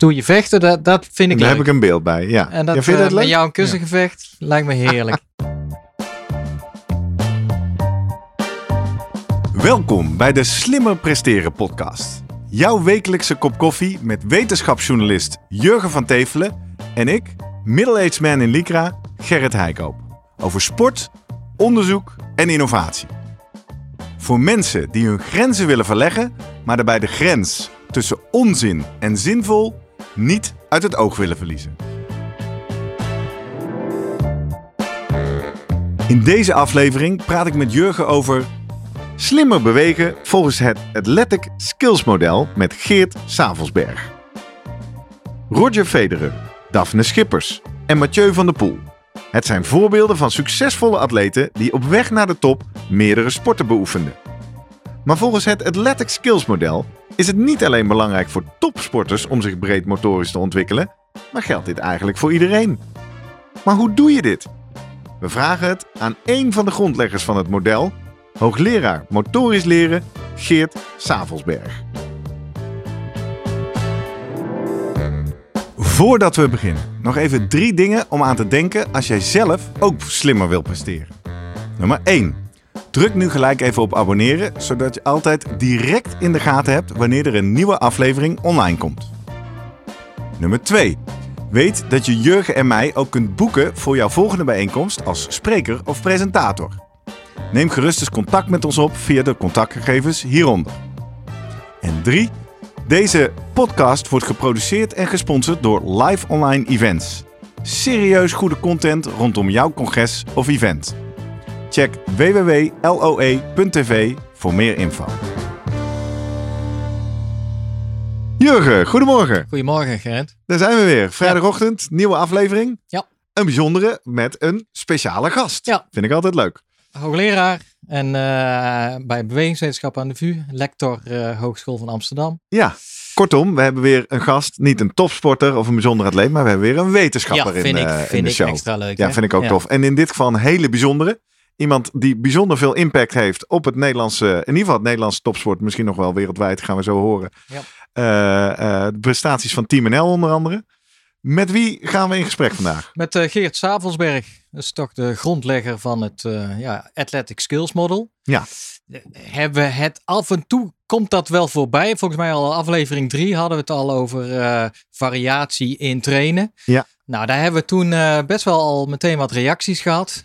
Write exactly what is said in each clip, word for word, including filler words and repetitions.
stoeien vechten, dat, dat vind ik Daar leuk. heb ik een beeld bij, ja. En dat, ja, vind je uh, dat leuk? met jou een kussengevecht ja. lijkt me heerlijk. Welkom bij de Slimmer Presteren podcast. Jouw wekelijkse kop koffie met wetenschapsjournalist Jurgen van Tevelen en ik, middle-aged man in Lycra, Gerrit Heikoop. Over sport, onderzoek en innovatie. Voor mensen die hun grenzen willen verleggen, maar daarbij de grens tussen onzin en zinvol niet uit het oog willen verliezen. In deze aflevering praat ik met Jurgen over slimmer bewegen volgens het Athletic Skills model met Geert Savelsberg. Roger Federer, Daphne Schippers en Mathieu van der Poel. Het zijn voorbeelden van succesvolle atleten die op weg naar de top meerdere sporten beoefenden. Maar volgens het Athletic Skills model is het niet alleen belangrijk voor topsporters om zich breed motorisch te ontwikkelen, maar geldt dit eigenlijk voor iedereen. Maar hoe doe je dit? We vragen het aan één van de grondleggers van het model, hoogleraar motorisch leren Geert Savelsberg. Voordat we beginnen, nog even drie dingen om aan te denken als jij zelf ook slimmer wil presteren. Nummer één. Druk nu gelijk even op abonneren, zodat je altijd direct in de gaten hebt wanneer er een nieuwe aflevering online komt. Nummer twee. Weet dat je Jurgen en mij ook kunt boeken voor jouw volgende bijeenkomst als spreker of presentator. Neem gerust eens contact met ons op via de contactgegevens hieronder. En drie. Deze podcast wordt geproduceerd en gesponsord door Live Online Events. Serieus goede content rondom jouw congres of event. Check w w w punt l o e punt t v voor meer info. Jurgen, goedemorgen. Goedemorgen, Gerrit. Daar zijn we weer. Vrijdagochtend, ja. Nieuwe aflevering. Ja. Een bijzondere met een speciale gast. Ja. Vind ik altijd leuk. Hoogleraar en uh, bij bewegingswetenschap aan de V U, lector uh, Hogeschool van Amsterdam. Ja, kortom, we hebben weer een gast. Niet een topsporter of een bijzonder atleet, maar we hebben weer een wetenschapper ja, vind in, ik, uh, vind in de ik show. Extra leuk. Ja, hè? vind ik ook ja. tof. En in dit geval een hele bijzondere. Iemand die bijzonder veel impact heeft op het Nederlandse, in ieder geval het Nederlandse topsport. Misschien nog wel wereldwijd, gaan we zo horen. Ja. Uh, uh, de prestaties van Team N L onder andere. Met wie gaan we in gesprek vandaag? Met uh, Geert Savelsberg. Dat is toch de grondlegger van het uh, ja, Athletic Skills Model. Ja. Hebben we het af en toe, komt dat wel voorbij. Volgens mij al aflevering drie hadden we het al over uh, variatie in trainen. Ja. Nou, daar hebben we toen uh, best wel al meteen wat reacties gehad.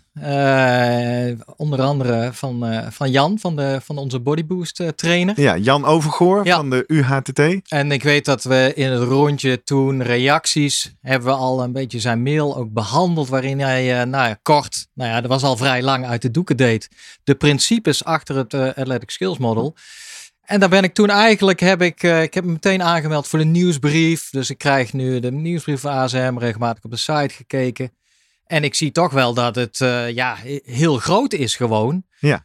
Uh, onder andere van, uh, van Jan, van, de, van onze Bodyboost uh, trainer. Ja, Jan Overgoor ja. van de U H T T. En ik weet dat we in het rondje toen reacties, hebben we al een beetje zijn mail ook behandeld. Waarin hij, uh, nou ja, kort, nou ja, dat was al vrij lang uit de doeken deed. De principes achter het uh, Athletic Skills Model. En daar ben ik toen eigenlijk, heb ik, uh, ik heb me meteen aangemeld voor de nieuwsbrief. Dus ik krijg nu de nieuwsbrief van A S M, regelmatig op de site gekeken. En ik zie toch wel dat het uh, ja, heel groot is gewoon. Ja.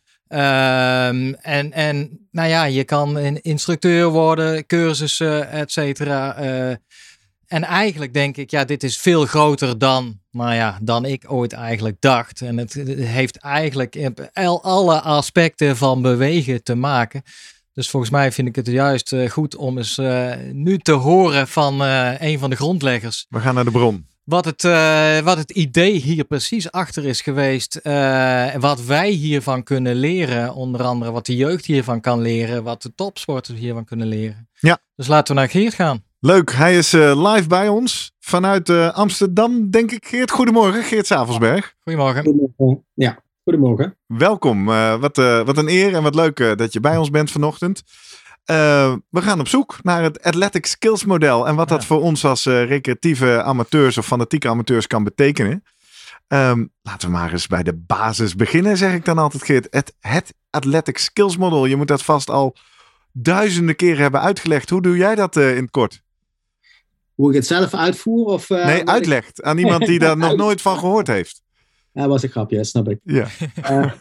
Um, en, en nou ja, je kan een instructeur worden, cursussen, et cetera. Uh, en eigenlijk denk ik, ja, dit is veel groter dan, nou ja, dan ik ooit eigenlijk dacht. En het, het heeft eigenlijk in alle aspecten van bewegen te maken. Dus volgens mij vind ik het juist uh, goed om eens uh, nu te horen van uh, een van de grondleggers. We gaan naar de bron. Wat het, uh, wat het idee hier precies achter is geweest. Uh, wat wij hiervan kunnen leren. Onder andere wat de jeugd hiervan kan leren. Wat de topsporters hiervan kunnen leren. Ja. Dus laten we naar Geert gaan. Leuk, hij is uh, live bij ons. Vanuit uh, Amsterdam, denk ik. Geert, goedemorgen. Geert Savelsberg. Goedemorgen. Goedemorgen. Ja, goedemorgen. Welkom. Uh, wat, uh, wat een eer en wat leuk uh, dat je bij ons bent vanochtend. Uh, we gaan op zoek naar het Athletic Skills model en wat dat ja. voor ons als uh, recreatieve amateurs of fanatieke amateurs kan betekenen. Um, laten we maar eens bij de basis beginnen, zeg ik dan altijd, Geert. Het, het Athletic Skills model, je moet dat vast al duizenden keren hebben uitgelegd. Hoe doe jij dat uh, in het kort? Hoe ik het zelf uitvoer? Of, uh, nee, uitlegt ik... aan iemand die daar nog nooit van gehoord heeft. Ja, dat was een grapje, snap ik. Ja. Uh,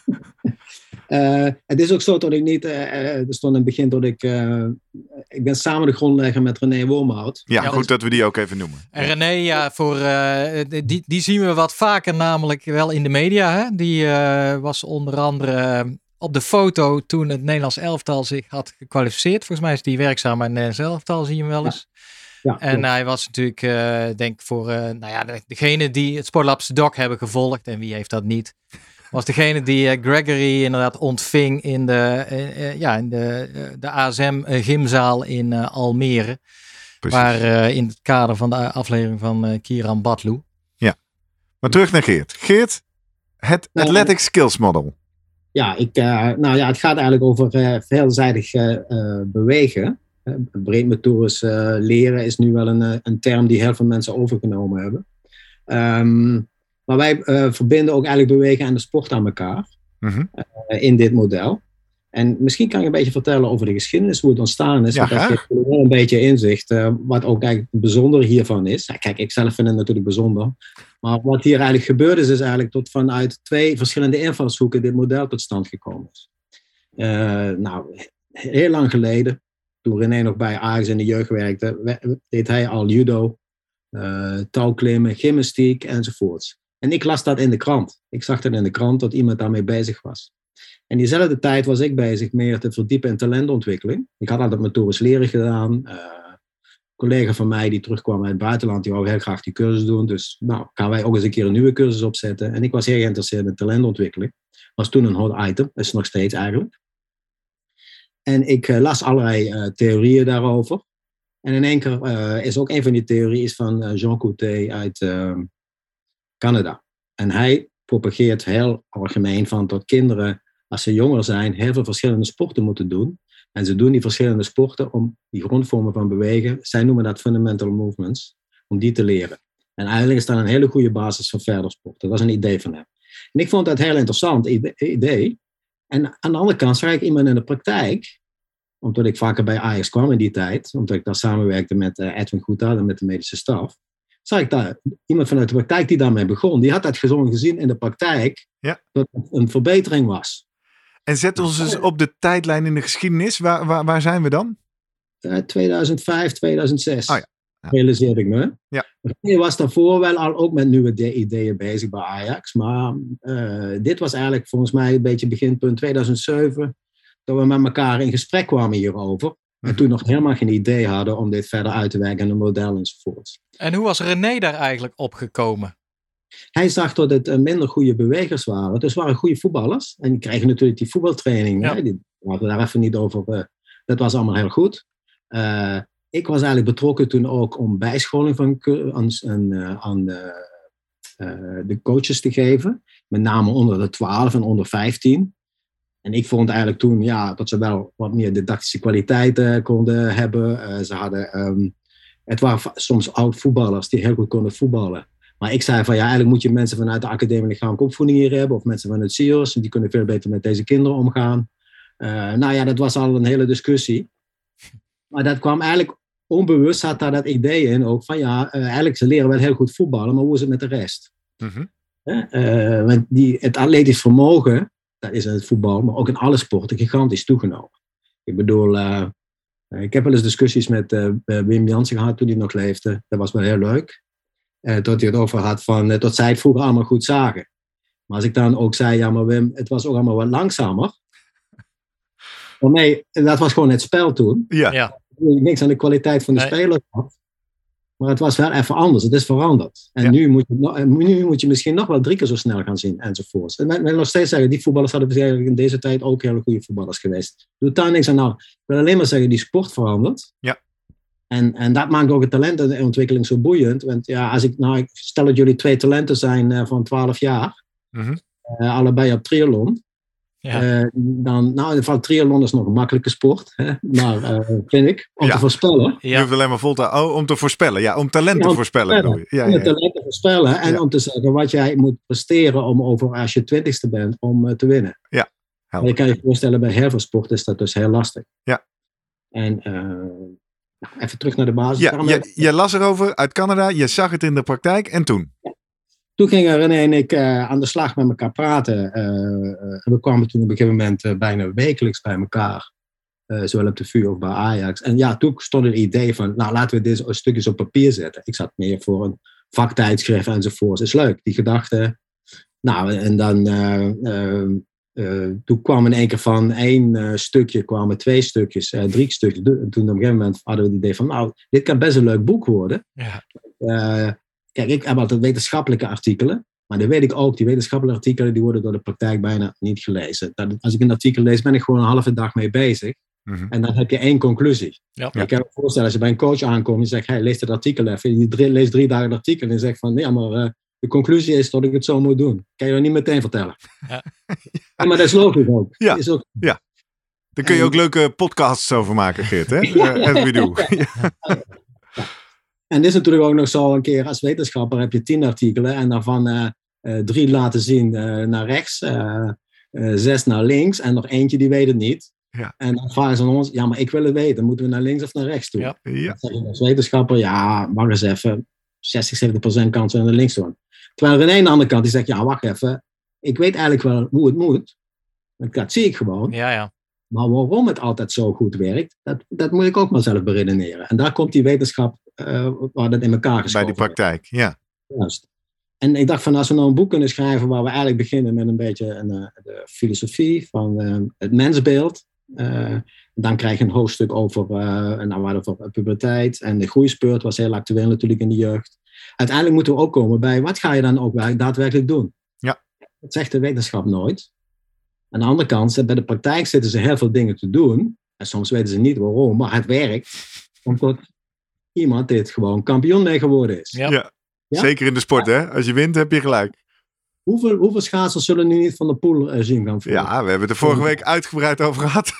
uh, het is ook zo dat ik niet, uh, er stond in het begin dat ik, uh, ik ben samen de grondlegger met René Wormhout. Ja, ja, goed dat we die ook even noemen. En René, ja, voor, uh, die, die zien we wat vaker namelijk wel in de media. Hè? Die uh, was onder andere uh, op de foto toen het Nederlands elftal zich had gekwalificeerd. Volgens mij is die werkzaam bij het Nederlands elftal, zie je hem wel eens. Ja. Ja, en klopt. hij was natuurlijk, uh, denk ik, voor uh, nou ja, de, degene die het Sportlabs Doc hebben gevolgd. En wie heeft dat niet? Was degene die uh, Gregory inderdaad ontving in de, uh, uh, ja, in de, uh, de A S M uh, gymzaal in uh, Almere. Precies. Waar uh, in het kader van de aflevering van uh, Kieran Batlu. Ja, maar terug naar Geert. Geert, het uh, Athletic Skills Model. Ja, ik, uh, nou ja, het gaat eigenlijk over uh, veelzijdig uh, uh, bewegen. Uh, breedmotorisch uh, leren is nu wel een, een term die heel veel mensen overgenomen hebben. Um, maar wij uh, verbinden ook eigenlijk bewegen en de sport aan elkaar. Mm-hmm. uh, in dit model. En misschien kan je een beetje vertellen over de geschiedenis, hoe het ontstaan is. Ja, want dat geeft wel een beetje inzicht. Uh, wat ook eigenlijk het bijzondere hiervan is. Ja, kijk, ik zelf vind het natuurlijk bijzonder. Maar wat hier eigenlijk gebeurd is, is eigenlijk tot vanuit twee verschillende invalshoeken dit model tot stand gekomen is. Uh, nou, heel lang geleden, toen René nog bij Ajax in de jeugd werkte, deed hij al judo, uh, touwklimmen, gymnastiek enzovoorts. En ik las dat in de krant. Ik zag dat in de krant dat iemand daarmee bezig was. En diezelfde tijd was ik bezig meer te verdiepen in talentontwikkeling. Ik had altijd motorisch leren gedaan. Uh, een collega van mij die terugkwam uit het buitenland, die wou heel graag die cursus doen. Dus nou, gaan wij ook eens een keer een nieuwe cursus opzetten. En ik was heel geïnteresseerd in talentontwikkeling. Was toen een hot item, is nog steeds eigenlijk. En ik uh, las allerlei uh, theorieën daarover. En in één keer uh, is ook een van die theorieën is van uh, Jean Coutet uit uh, Canada. En hij propageert heel algemeen van dat kinderen, als ze jonger zijn, heel veel verschillende sporten moeten doen. En ze doen die verschillende sporten om die grondvormen van bewegen, zij noemen dat fundamental movements, om die te leren. En eigenlijk is dat een hele goede basis voor verder sport. Dat was een idee van hem. En ik vond dat een heel interessant idee. En aan de andere kant zag ik iemand in de praktijk, omdat ik vaker bij Ajax kwam in die tijd, omdat ik daar samenwerkte met Edwin Goedhart en met de medische staf, zag ik daar iemand vanuit de praktijk die daarmee begon. Die had dat gewoon gezien in de praktijk, ja, dat het een verbetering was. En zet ons eens op de tijdlijn in de geschiedenis. Waar, waar, waar zijn we dan? Uh, tweeduizend vijf, tweeduizend zes. Oh ja. Ja. Realiseerde ik me. Ja. Ik was daarvoor wel al ook met nieuwe de- ideeën bezig bij Ajax. Maar uh, dit was eigenlijk volgens mij een beetje beginpunt tweeduizend zeven. Dat we met elkaar in gesprek kwamen hierover. Mm-hmm. En toen nog helemaal geen idee hadden om dit verder uit te werken in een model enzovoort. En hoe was René daar eigenlijk opgekomen? Hij zag dat het minder goede bewegers waren. Dus waren goede voetballers. En die kregen natuurlijk die voetbaltraining. Ja. Hè? Die hadden daar even niet over. Uh, dat was allemaal heel goed. Uh, ik was eigenlijk betrokken toen ook om bijscholing van, aan, aan, aan de, uh, de coaches te geven. Met name onder de twaalf en onder vijftien. En ik vond eigenlijk toen ja, dat ze wel wat meer didactische kwaliteiten konden hebben. Uh, ze hadden, um, het waren soms oud-voetballers die heel goed konden voetballen. Maar ik zei van ja, eigenlijk moet je mensen vanuit de academie lichamelijke opvoeding hier hebben. Of mensen vanuit C I O S. Die kunnen veel beter met deze kinderen omgaan. Uh, nou ja, dat was al een hele discussie. Maar dat kwam eigenlijk onbewust, had daar dat idee in ook. Van ja, uh, eigenlijk ze leren wel heel goed voetballen. Maar hoe is het met de rest? Mm-hmm. Uh, want die, het atletisch vermogen, dat is in het voetbal. Maar ook in alle sporten gigantisch toegenomen. Ik bedoel, uh, ik heb wel eens discussies met uh, Wim Jansen gehad toen hij nog leefde. Dat was wel heel leuk. Uh, dat hij het over had van, uh, dat zij het vroeger allemaal goed zagen. Maar als ik dan ook zei, ja maar Wim, het was ook allemaal wat langzamer. Maar nee, dat was gewoon het spel toen. Ja. Ja. Niks aan de kwaliteit van de nee. spelers had. Maar het was wel even anders, het is veranderd. En ja. nu, moet je, nu moet je misschien nog wel drie keer zo snel gaan zien enzovoort. En men wil nog steeds zeggen, die voetballers hadden eigenlijk in deze tijd ook hele goede voetballers geweest. Doe daar niks aan nou. Ik wil alleen maar zeggen, die sport verandert. Ja. En, en dat maakt ook het talentontwikkeling zo boeiend. Want ja, als ik, nou, ik stel dat jullie twee talenten zijn uh, van twaalf jaar. Mm-hmm. Uh, allebei op triathlon. Ja. Uh, dan, nou, van triathlon is nog een makkelijke sport. Hè? Maar uh, vind ik, om ja. te voorspellen. Je hoeft alleen maar vol te... Oh, om te voorspellen. Ja, om talent ja, te voorspellen. voorspellen. Ja, om ja, ja. talent te voorspellen. En ja. om te zeggen wat jij moet presteren om over als je twintigste bent om uh, te winnen. Ja. Maar je kan je voorstellen, bij heel veel sporten is dat dus heel lastig. Ja. En... Uh, Nou, even terug naar de basis. Ja, je, je las erover uit Canada, je zag het in de praktijk en toen? Ja. Toen gingen René en ik uh, aan de slag met elkaar praten. Uh, uh, en we kwamen toen op een gegeven moment uh, bijna wekelijks bij elkaar. Uh, zowel op de V U of bij Ajax. En ja, toen stond het idee van, nou laten we dit stukjes op papier zetten. Ik zat meer voor een vaktijdschrift enzovoort. Dat is leuk, die gedachte. Nou, en dan uh, uh, uh, toen kwam in één keer van één uh, stukje, kwamen twee stukjes, uh, drie stukjes. Toen op een gegeven moment hadden we het idee van, nou, dit kan best een leuk boek worden. Ja. Uh, kijk, ik heb altijd wetenschappelijke artikelen. Maar dan weet ik ook, die wetenschappelijke artikelen die worden door de praktijk bijna niet gelezen. Dat, als ik een artikel lees, ben ik gewoon een halve dag mee bezig. Mm-hmm. En dan heb je één conclusie. Ja. Ik kan me voorstellen, als je bij een coach aankomt en je zegt, hey, lees dat artikel even. Je drie, leest drie dagen het artikel en je zegt van, ja, maar uh, de conclusie is dat ik het zo moet doen. Kan je dat niet meteen vertellen. Ja. Ja, maar dat is logisch ook. Ja. Is ook... ja. Daar kun je en... ook leuke podcasts over maken, Geert. Hè? Ja. Uh, as we do. Ja. Ja. En dit is natuurlijk ook nog zo een keer, als wetenschapper heb je tien artikelen en daarvan uh, uh, drie laten zien uh, naar rechts, uh, uh, zes naar links en nog eentje die weet het niet. Ja. En dan vragen ze aan ons, ja, maar ik wil het weten. Moeten we naar links of naar rechts toe? Ja. Ja. Dan zeg je als wetenschapper, ja, wacht eens even. zestig, zeventig procent kans om naar links te doen. Terwijl René aan de andere kant, die zegt, ja, wacht even. Ik weet eigenlijk wel hoe het moet. Dat zie ik gewoon. Ja, ja. Maar waarom het altijd zo goed werkt, dat, dat moet ik ook maar zelf beredeneren. En daar komt die wetenschap, uh, waar dat in elkaar geschoven bij die praktijk, ja. Juist. En ik dacht van, als we nou een boek kunnen schrijven waar we eigenlijk beginnen met een beetje een, uh, de filosofie van uh, het mensbeeld. Uh, dan krijg je een hoofdstuk over, uh, nou, over puberteit en de groeispurt was heel actueel natuurlijk in de jeugd. Uiteindelijk moeten we ook komen bij wat ga je dan ook daadwerkelijk doen? Ja. Dat zegt de wetenschap nooit. Aan de andere kant, bij de praktijk zitten ze heel veel dingen te doen en soms weten ze niet waarom, maar het werkt omdat iemand dit gewoon kampioen mee geworden is. Ja. Ja. Ja? Zeker in de sport, ja. Hè? Als je wint heb je gelijk. Hoeveel, hoeveel schaatsers zullen nu niet van de pool uh, zien gaan voeren? Ja, we hebben het er vorige week uitgebreid over gehad.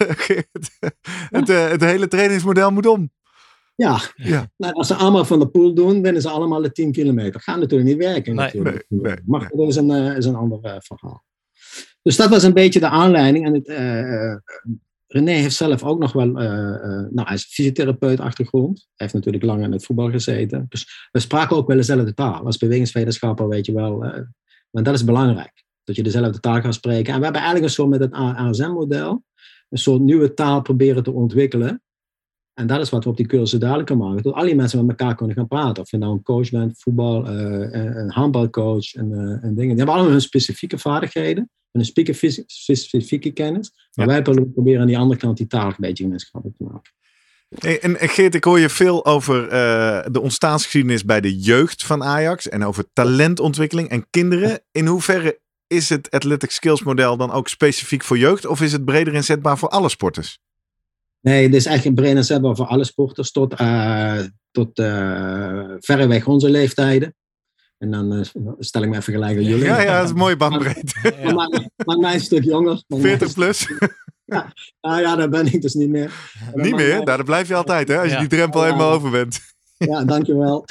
het, uh, het hele trainingsmodel moet om. Ja, ja. Nou, als ze allemaal van de pool doen, winnen ze allemaal de tien kilometer. Gaat natuurlijk niet werken. Nee, natuurlijk. Nee, nee, maar nee. Dat is een, uh, is een ander uh, verhaal. Dus dat was een beetje de aanleiding. En het, uh, René heeft zelf ook nog wel, uh, uh, nou hij is fysiotherapeut achtergrond. Hij heeft natuurlijk lang in het voetbal gezeten. Dus we spraken ook wel dezelfde taal. Als bewegingswetenschapper weet je wel... Uh, Maar dat is belangrijk, dat je dezelfde taal gaat spreken. En we hebben eigenlijk een soort met het A S M-model, een soort nieuwe taal proberen te ontwikkelen. En dat is wat we op die cursus dadelijk kunnen maken. Dat al die mensen met elkaar kunnen gaan praten. Of je nou een coach bent, voetbal, uh, een handbalcoach en, uh, en dingen. Die hebben allemaal hun specifieke vaardigheden, hun specifieke kennis. Maar ja. wij proberen aan die andere kant die taal een beetje gemeenschappelijk te maken. Hey, en Geert, ik hoor je veel over uh, de ontstaansgeschiedenis bij de jeugd van Ajax en over talentontwikkeling en kinderen. In hoeverre is het Athletic Skills model dan ook specifiek voor jeugd of is het breder inzetbaar voor alle sporters? Nee, het is eigenlijk breder inzetbaar voor alle sporters tot, uh, tot uh, verreweg onze leeftijden. En dan uh, stel ik me even gelijk aan jullie. Ja, ja, dat is een mooie bandbreedte. Maar, maar, maar, maar mij een stuk jonger. veertig plus. Ja, nou ja, daar ben ik dus niet meer. Niet meer? Nou, daar blijf je altijd, hè? Als je ja. die drempel ja, helemaal over bent. Ja, dankjewel.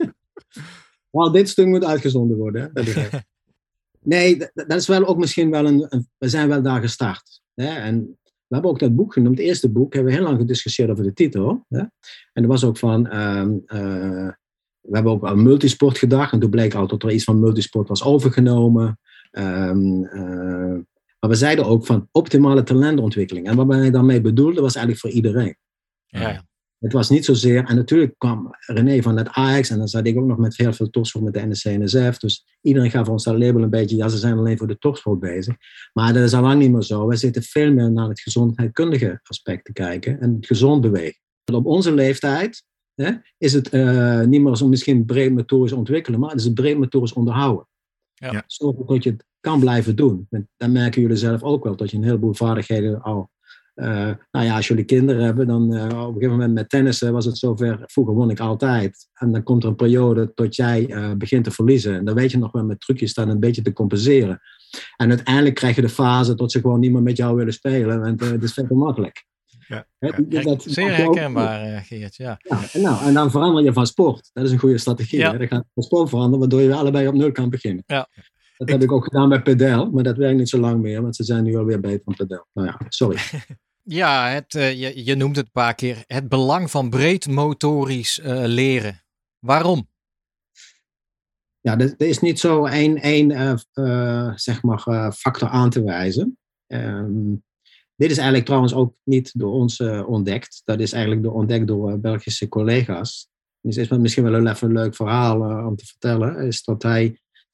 Nou, dit stuk moet uitgezonden worden. Hè? Nee, dat, dat is wel ook misschien wel een, een... We zijn wel daar gestart. Hè? En we hebben ook dat boek genoemd. Het eerste boek hebben we heel lang gediscussieerd over de titel. Hè? En er was ook van... Um, uh, we hebben ook aan multisport gedacht. En toen bleek al dat er iets van multisport was overgenomen. Um, uh, Maar we zeiden ook van optimale talentontwikkeling. En wat wij daarmee bedoelden was eigenlijk voor iedereen. Ja, ja. Het was niet zozeer... En natuurlijk kwam René van het Ajax. En dan zat ik ook nog met heel veel topsport met de N S C N S F. Dus iedereen gaf ons dat label een beetje... Ja, ze zijn alleen voor de topsport bezig. Maar dat is al lang niet meer zo. Wij zitten veel meer naar het gezondheidskundige aspect te kijken. En het gezond bewegen. Op onze leeftijd hè, is het uh, niet meer zo misschien breed motorisch ontwikkelen. Maar het is het breed motorisch onderhouden. Ja. Zorg dat je het kan blijven doen. En dan merken jullie zelf ook wel dat je een heleboel vaardigheden al... Uh, nou ja, als jullie kinderen hebben, dan uh, op een gegeven moment met tennissen was het zover. Vroeger won ik altijd. En dan komt er een periode tot jij uh, begint te verliezen. En dan weet je nog wel met trucjes dan een beetje te compenseren. En uiteindelijk krijg je de fase tot ze gewoon niet meer met jou willen spelen. Want uh, het is veel te makkelijk. Ja, ja. He, dat, zeer herkenbaar, uh, Geert. Ja. Ja, en, nou, en dan verander je van sport. Dat is een goede strategie. Ja. Hè? Dan gaat van sport veranderen, waardoor je allebei op nul kan beginnen. Ja. Dat ik... heb ik ook gedaan bij padel, maar dat werkt niet zo lang meer, want ze zijn nu alweer beter dan padel. Nou ja, sorry. Ja, het, uh, je, je noemt het een paar keer. Het belang van breed motorisch uh, leren. Waarom? Ja, er, er is niet zo één, één uh, uh, zeg maar, uh, factor aan te wijzen. Um, dit is eigenlijk trouwens ook niet door ons uh, ontdekt. Dat is eigenlijk door, ontdekt door uh, Belgische collega's. Dus is misschien wel een even een leuk verhaal uh, om te vertellen. Is dat hij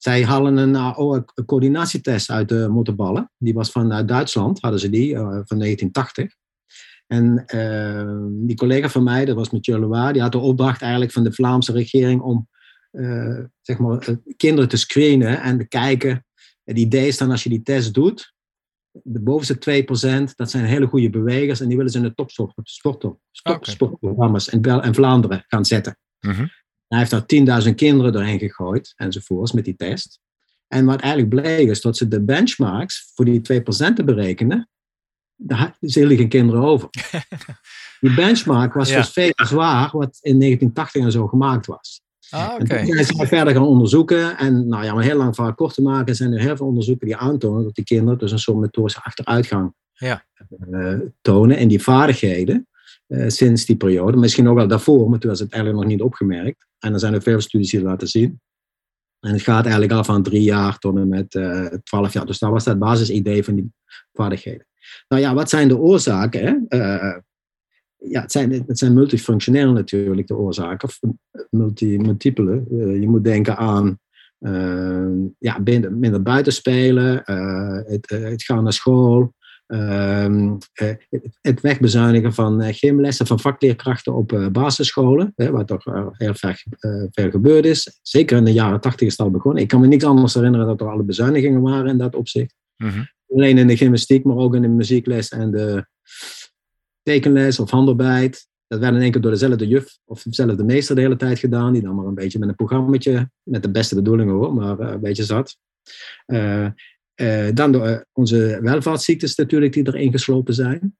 zij hadden een, uh, een coördinatietest uit de motorballen. Die was van uh, Duitsland, hadden ze die, uh, van negentien tachtig. En uh, die collega van mij, dat was Mathieu Leroy, die had de opdracht eigenlijk van de Vlaamse regering om uh, zeg maar, uh, kinderen te screenen en te kijken. Het idee is dan als je die test doet, de bovenste twee procent, dat zijn hele goede bewegers en die willen ze in de topsportprogramma's in, in Vlaanderen gaan zetten. Mm-hmm. Hij heeft daar tienduizend kinderen doorheen gegooid enzovoorts met die test. En wat eigenlijk bleek is dat ze de benchmarks voor die twee procent te berekenen, daar zijn geen kinderen over. Die benchmark was ja. dus veel zwaar wat in negentien tachtig en zo gemaakt was. Ah, okay. En toen zijn ze verder gaan onderzoeken. En nou ja, om heel lang verhaal kort te maken, zijn er heel veel onderzoeken die aantonen dat die kinderen dus een soort motorische achteruitgang ja. uh, tonen in die vaardigheden. Uh, sinds die periode. Misschien ook wel daarvoor, maar toen was het eigenlijk nog niet opgemerkt. En er zijn er veel studies die laten zien. En het gaat eigenlijk al van drie jaar tot en met uh, twaalf jaar. Dus dat was het basisidee van die vaardigheden. Nou ja, wat zijn de oorzaken? Hè? Uh, ja, het zijn, het zijn multifunctioneel natuurlijk, de oorzaken. Of multi, multiple. Uh, je moet denken aan uh, ja, minder, minder buiten spelen. Uh, het, uh, het gaan naar school. Uh, uh, het wegbezuinigen van uh, gymlessen, van vakleerkrachten op uh, basisscholen, hè, wat toch uh, heel ver, uh, ver gebeurd is. Zeker in de jaren tachtig is het al begonnen. Ik kan me niks anders herinneren dat er alle bezuinigingen waren in dat opzicht. Mm-hmm. Alleen in de gymnastiek, maar ook in de muziekles en de tekenles of handarbeid. Dat werd in één keer door dezelfde juf of dezelfde meester de hele tijd gedaan, die dan maar een beetje met een programmaatje, met de beste bedoelingen hoor, maar uh, een beetje zat. Uh, Uh, dan de, uh, onze welvaartsziektes natuurlijk die erin geslopen zijn.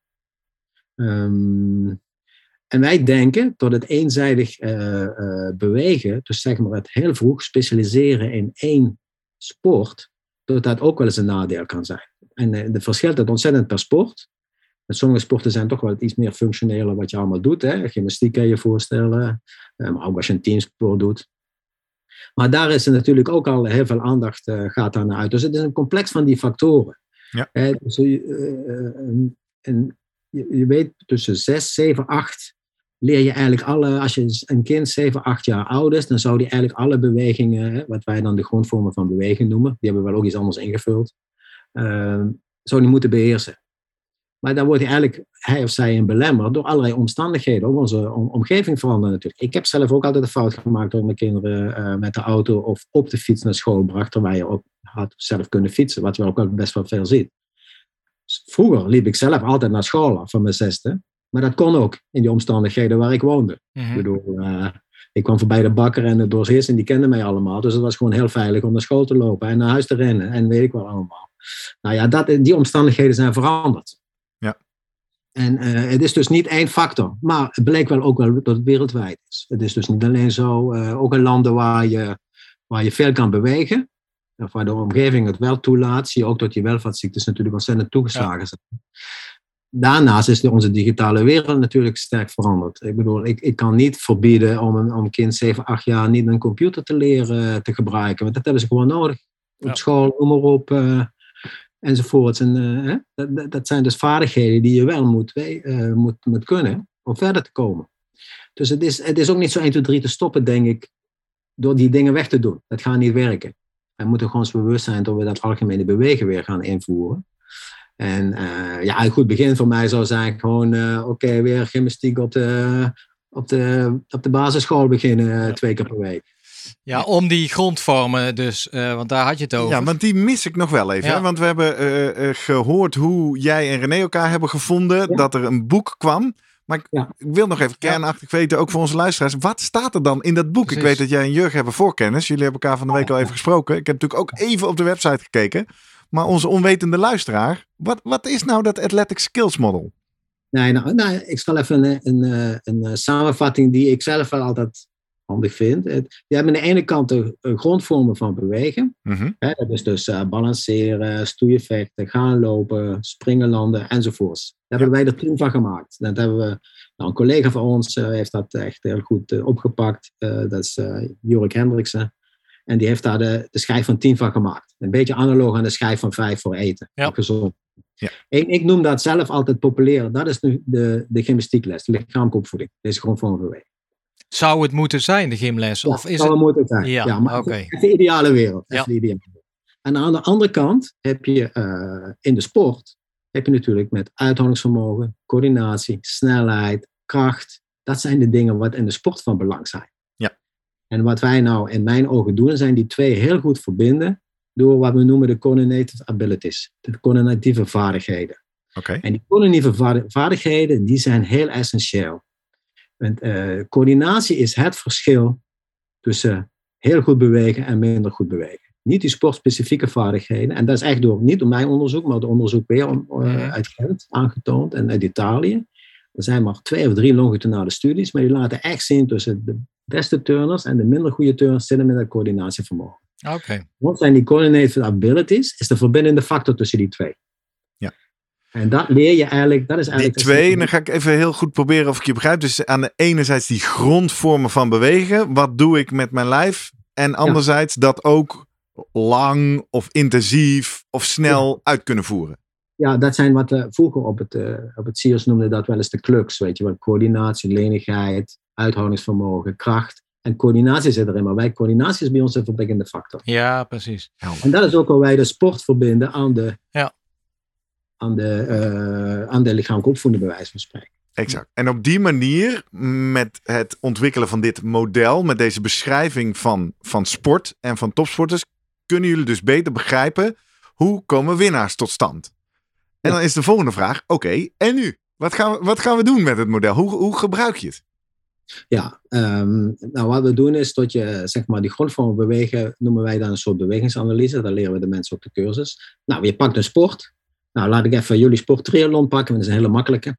Um, en wij denken dat het eenzijdig uh, uh, bewegen, dus zeg maar het heel vroeg specialiseren in één sport, dat dat ook wel eens een nadeel kan zijn. En uh, de verschilt het ontzettend per sport. En sommige sporten zijn toch wel iets meer functioneler wat je allemaal doet. Hè? Gymnastiek kan je je voorstellen, uh, maar ook als je een teamsport doet. Maar daar is er natuurlijk ook al heel veel aandacht uh, gaat daar naar uit. Dus het is een complex van die factoren. Ja. Eh, dus, uh, uh, en je, je weet, tussen zes, zeven, acht leer je eigenlijk alle... Als je een kind zeven, acht jaar oud is, dan zou die eigenlijk alle bewegingen, hè, wat wij dan de grondvormen van beweging noemen, die hebben we wel ook iets anders ingevuld, uh, zou die moeten beheersen. Maar dan wordt hij eigenlijk, hij of zij, een belemmer door allerlei omstandigheden. Ook onze om, omgeving verandert natuurlijk. Ik heb zelf ook altijd de fout gemaakt door mijn kinderen uh, met de auto of op de fiets naar school bracht, terwijl je ook had zelf kunnen fietsen, wat we ook wel best wel veel zien. Vroeger liep ik zelf altijd naar school af van mijn zesde, maar dat kon ook in die omstandigheden waar ik woonde. Mm-hmm. Ik bedoel, uh, ik kwam voorbij de bakker en de doorheers en die kenden mij allemaal, dus het was gewoon heel veilig om naar school te lopen en naar huis te rennen en weet ik wel allemaal. Nou ja, dat, die omstandigheden zijn veranderd. En uh, het is dus niet één factor, maar het bleek wel ook wel dat het wereldwijd is. Het is dus niet alleen zo, uh, ook in landen waar je, waar je veel kan bewegen, of waar de omgeving het wel toelaat, zie je ook dat die welvaartsziektes natuurlijk ontzettend toegeslagen zijn. Ja. Daarnaast is de, onze digitale wereld natuurlijk sterk veranderd. Ik bedoel, ik, ik kan niet verbieden om een, om een kind zeven, acht jaar niet een computer te leren te gebruiken, want dat hebben ze gewoon nodig. Op ja. school, noem maar op... Uh, enzovoorts. En, uh, dat, dat zijn dus vaardigheden die je wel moet, uh, moet, moet kunnen om verder te komen. Dus het is, het is ook niet zo één, twee, drie te stoppen, denk ik, door die dingen weg te doen. Dat gaat niet werken. We moeten gewoon eens bewust zijn dat we dat algemene bewegen weer gaan invoeren. En uh, ja, een goed begin voor mij zou zijn gewoon, uh, oké, okay, weer gymnastiek op de, op de, op de basisschool beginnen uh, twee keer per week. Ja, om die grondvormen dus, uh, want daar had je het over. Ja, want die mis ik nog wel even. Ja. Hè? Want we hebben uh, uh, gehoord hoe jij en René elkaar hebben gevonden. Ja. Dat er een boek kwam. Maar ik, ja. ik wil nog even kernachtig weten, ook voor onze luisteraars. Wat staat er dan in dat boek? Precies. Ik weet dat jij en Jurgen hebben voorkennis. Jullie hebben elkaar van de week al even gesproken. Ik heb natuurlijk ook even op de website gekeken. Maar onze onwetende luisteraar, wat, wat is nou dat Athletic Skills Model? Nee, nou, nou ik zal even een, een, een, een samenvatting die ik zelf wel altijd handig vind. Je hebt aan de ene kant de grondvormen van bewegen. Mm-hmm. Hè, dat is dus uh, balanceren, stoeien, vechten, gaan lopen, springen, landen enzovoorts. Daar hebben ja. wij er tien van gemaakt. Dat hebben we, nou, een collega van ons uh, heeft dat echt heel goed uh, opgepakt. Uh, dat is uh, Jorik Hendriksen. En die heeft daar de, de schijf van tien van gemaakt. Een beetje analoog aan de schijf van vijf voor eten. Ja. Gezond. Ja. Ik, ik noem dat zelf altijd populair. Dat is nu de, de gymnastiekles, de lichamelijke opvoeding. Deze grondvormen van bewegen. Zou het moeten zijn, de gymles? Ja, of is zou het... het moeten zijn. Ja, Ja, maar oké. even de ideale wereld. Even Ja. de ideale wereld. En aan de andere kant heb je uh, in de sport, heb je natuurlijk met uithoudingsvermogen, coördinatie, snelheid, kracht. Dat zijn de dingen wat in de sport van belang zijn. Ja. En wat wij nou in mijn ogen doen, zijn die twee heel goed verbinden door wat we noemen de coordinative abilities. De coördinatieve vaardigheden. Okay. En die coördinatieve vaardigheden, die zijn heel essentieel. Want uh, coördinatie is het verschil tussen heel goed bewegen en minder goed bewegen. Niet die sportspecifieke vaardigheden. En dat is echt door, niet door mijn onderzoek, maar door onderzoek weer uh, uit Gent aangetoond en uit Italië. Er zijn maar twee of drie longitudinale studies, maar die laten echt zien tussen de beste turners en de minder goede turners zitten met dat coördinatievermogen. Oké. Okay. Wat zijn die coordinative abilities? Is de verbindende factor tussen die twee. Ja. En dat leer je eigenlijk. Dat is eigenlijk die twee, dan ga ik even heel goed proberen of ik je begrijp. Dus aan de ene zijde die grondvormen van bewegen. Wat doe ik met mijn lijf? En anderzijds ja. dat ook lang of intensief of snel ja. uit kunnen voeren. Ja, dat zijn wat we vroeger op het, uh, op het C I O S noemden dat wel eens de cluks. Weet je wel, coördinatie, lenigheid, uithoudingsvermogen, kracht. En coördinatie zit erin, maar wij, coördinatie is bij ons een verbindende factor. Ja, precies. En dat is ook waar wij de sport verbinden aan de, ja. aan de, uh, aan de lichamelijke opvoeding, bij wijze van spreken. Exact. En op die manier, met het ontwikkelen van dit model, met deze beschrijving van, van sport en van topsporters, kunnen jullie dus beter begrijpen hoe komen winnaars tot stand. En dan is de volgende vraag, oké, okay, en nu? Wat gaan, we, wat gaan we doen met het model? Hoe, hoe gebruik je het? Ja, um, nou wat we doen is dat je, zeg maar, die grondvormen bewegen, noemen wij dan een soort bewegingsanalyse. Dat leren we de mensen op de cursus. Nou, je pakt een sport. Nou, laat ik even jullie sport triathlon pakken, want dat is een hele makkelijke.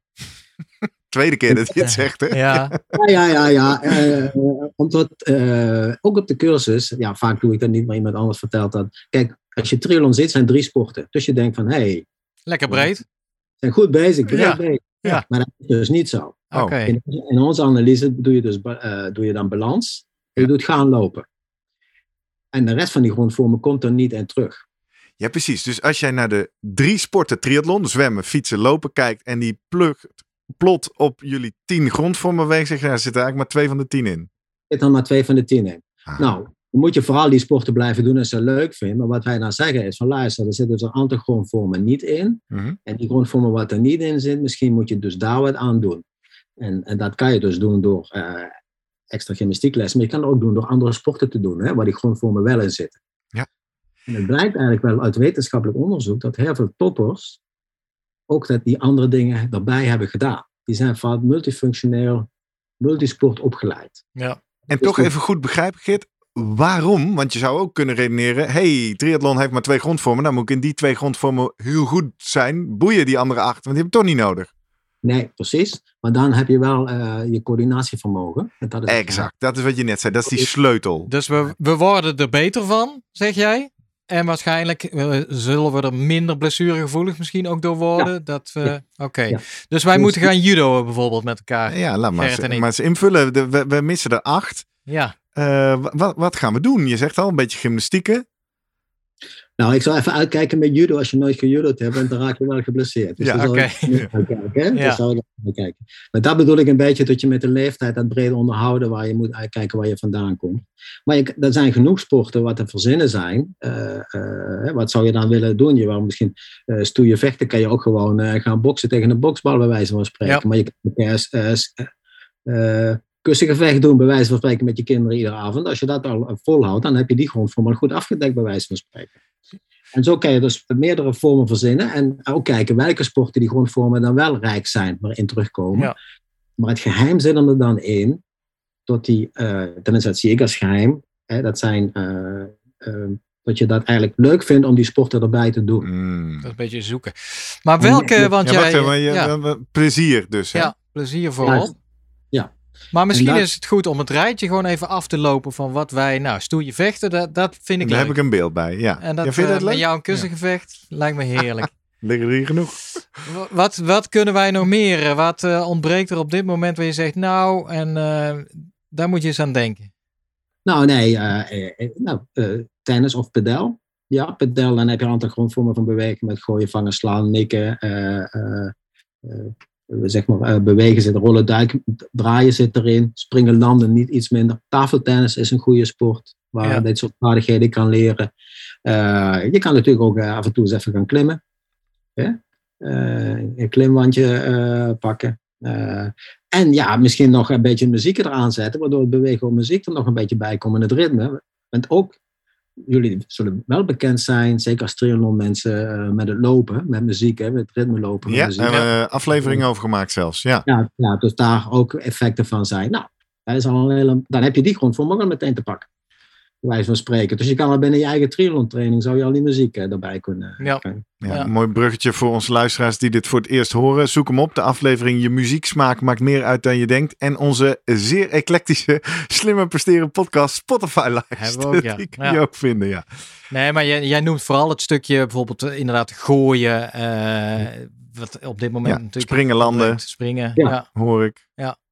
Tweede keer dat je het zegt, hè? Ja, ja, ja, ja. ja. Uh, omdat, uh, ook op de cursus, ja, vaak doe ik dat niet, maar iemand anders vertelt dat. Kijk, als je triathlon zit, zijn drie sporten. Dus je denkt van, hé. Hey, lekker breed. Zijn goed bezig, breed ja. bezig. Ja. Maar dat is dus niet zo. Okay. In, in onze analyse doe je, dus, uh, doe je dan balans en je ja. doet gaan lopen. En de rest van die grondvormen komt er niet in terug. Ja, precies. Dus als jij naar de drie sporten triathlon, zwemmen, fietsen, lopen, kijkt en die plukt, plot op jullie tien grondvormen weegt, zeg je, daar zitten eigenlijk maar twee van de tien in. Er zitten maar twee van de tien in. Ah. Nou, dan moet je vooral die sporten blijven doen als je het leuk vindt. Maar wat wij nou zeggen is van luister, er zitten dus een aantal grondvormen niet in. Mm-hmm. En die grondvormen wat er niet in zit, misschien moet je dus daar wat aan doen. En, en dat kan je dus doen door uh, extra gymnastieklessen. Maar je kan het ook doen door andere sporten te doen, hè, waar die grondvormen wel in zitten. Ja. En het blijkt eigenlijk wel uit wetenschappelijk onderzoek dat heel veel toppers ook dat die andere dingen erbij hebben gedaan. Die zijn vaak multifunctioneel, multisport opgeleid. Ja. En toch even goed begrijpen, Geert. Waarom? Want je zou ook kunnen redeneren, hey, triathlon heeft maar twee grondvormen. Dan moet ik in die twee grondvormen heel goed zijn. Boeien die andere acht, want die heb ik toch niet nodig. Nee, precies. Maar dan heb je wel uh, je coördinatievermogen. En dat is exact, het, dat is wat je net zei. Dat is die sleutel. Dus we, we worden er beter van, zeg jij. En waarschijnlijk uh, zullen we er minder blessuregevoelig misschien ook door worden. Ja. Dat we, ja. Oké. Okay. Ja. Dus wij dus moeten gaan judo bijvoorbeeld met elkaar. Ja, laat maar, eens, maar eens invullen. De, we, we missen er acht. Ja. Uh, wat, wat gaan we doen? Je zegt al een beetje gymnastieken. Nou, ik zou even uitkijken met judo. Als je nooit gejudo'd hebt, dan raak je wel geblesseerd. Dus ja, oké. Okay. Ja. Dus zou ik kijken. Maar dat bedoel ik een beetje dat je met de leeftijd dat breed onderhouden, waar je moet uitkijken waar je vandaan komt. Maar je, er zijn genoeg sporten wat te verzinnen zijn. Uh, uh, wat zou je dan willen doen? Je wil misschien uh, stoeien vechten, kan je ook gewoon uh, gaan boksen tegen een boksbal, bij wijze van spreken. Ja. Maar je kan uh, uh, uh, kussengevecht doen, bij wijze van spreken, met je kinderen iedere avond. Als je dat al volhoudt, dan heb je die grondvorm al goed afgedekt, bij wijze van spreken. En zo kan je dus meerdere vormen verzinnen en ook kijken welke sporten die grondvormen dan wel rijk zijn, waarin terugkomen. Ja. Maar het geheim zit er dan in, tot die, uh, tenminste dat zie ik als geheim, hè, dat zijn, uh, uh, dat je dat eigenlijk leuk vindt om die sporten erbij te doen. Mm. Dat is een beetje zoeken. Maar welke, want ja, jij... wacht, maar je, ja. Plezier dus. Hè? Ja, plezier vooral. Ja. ja. Maar misschien dat, is het goed om het rijtje gewoon even af te lopen van wat wij, nou, stoeien vechten, dat, dat vind ik Daar leuk. heb ik een beeld bij, ja. En dat, ja, vind je dat uh, leuk? met jou een kussengevecht, ja. Lijkt me heerlijk. Liggen er hier genoeg? Wat, wat kunnen wij nog meer? Wat uh, ontbreekt er op dit moment waar je zegt, nou, en uh, daar moet je eens aan denken? Nou, nee, uh, uh, nou, uh, tennis of padel. Ja, padel, dan heb je een aantal grondvormen van beweging met gooien, vangen, slaan, nikken, uh, uh, uh, zeg maar, uh, bewegen zit, rollen, duiken, draaien zit erin, springen, landen niet iets minder. Tafeltennis is een goede sport, waar ja. je dit soort vaardigheden kan leren. Uh, je kan natuurlijk ook uh, af en toe eens even gaan klimmen. Ja? Uh, een klimwandje uh, pakken. Uh, en ja, misschien nog een beetje muziek eraan zetten, waardoor het bewegen op muziek er nog een beetje bij komt in het ritme. Want ook, jullie zullen wel bekend zijn, zeker als triathlon mensen, uh, met het lopen, met muziek, hè, met het ritme lopen. Ja, muziek. daar hebben we afleveringen over gemaakt zelfs. Ja. Ja, ja, dus daar ook effecten van zijn. Nou, dat is al een hele, dan heb je die grondvorm ook al meteen te pakken. Bij wijze van spreken. Dus je kan al binnen je eigen triathlon training, zou je al die muziek eh, erbij kunnen. Ja. kunnen. Ja, Ja. Een mooi bruggetje voor onze luisteraars die dit voor het eerst horen. Zoek hem op. De aflevering Je muzieksmaak maakt meer uit dan je denkt. En onze zeer eclectische, slimmer presteren podcast Spotify-lijst. Hebben we ook, ja. Die kun Ja. je ook vinden, ja. Nee, maar jij, jij noemt vooral het stukje bijvoorbeeld uh, inderdaad gooien. Uh, wat op dit moment Ja, natuurlijk... springen, landen. Springen, Ja. ja. Hoor ik.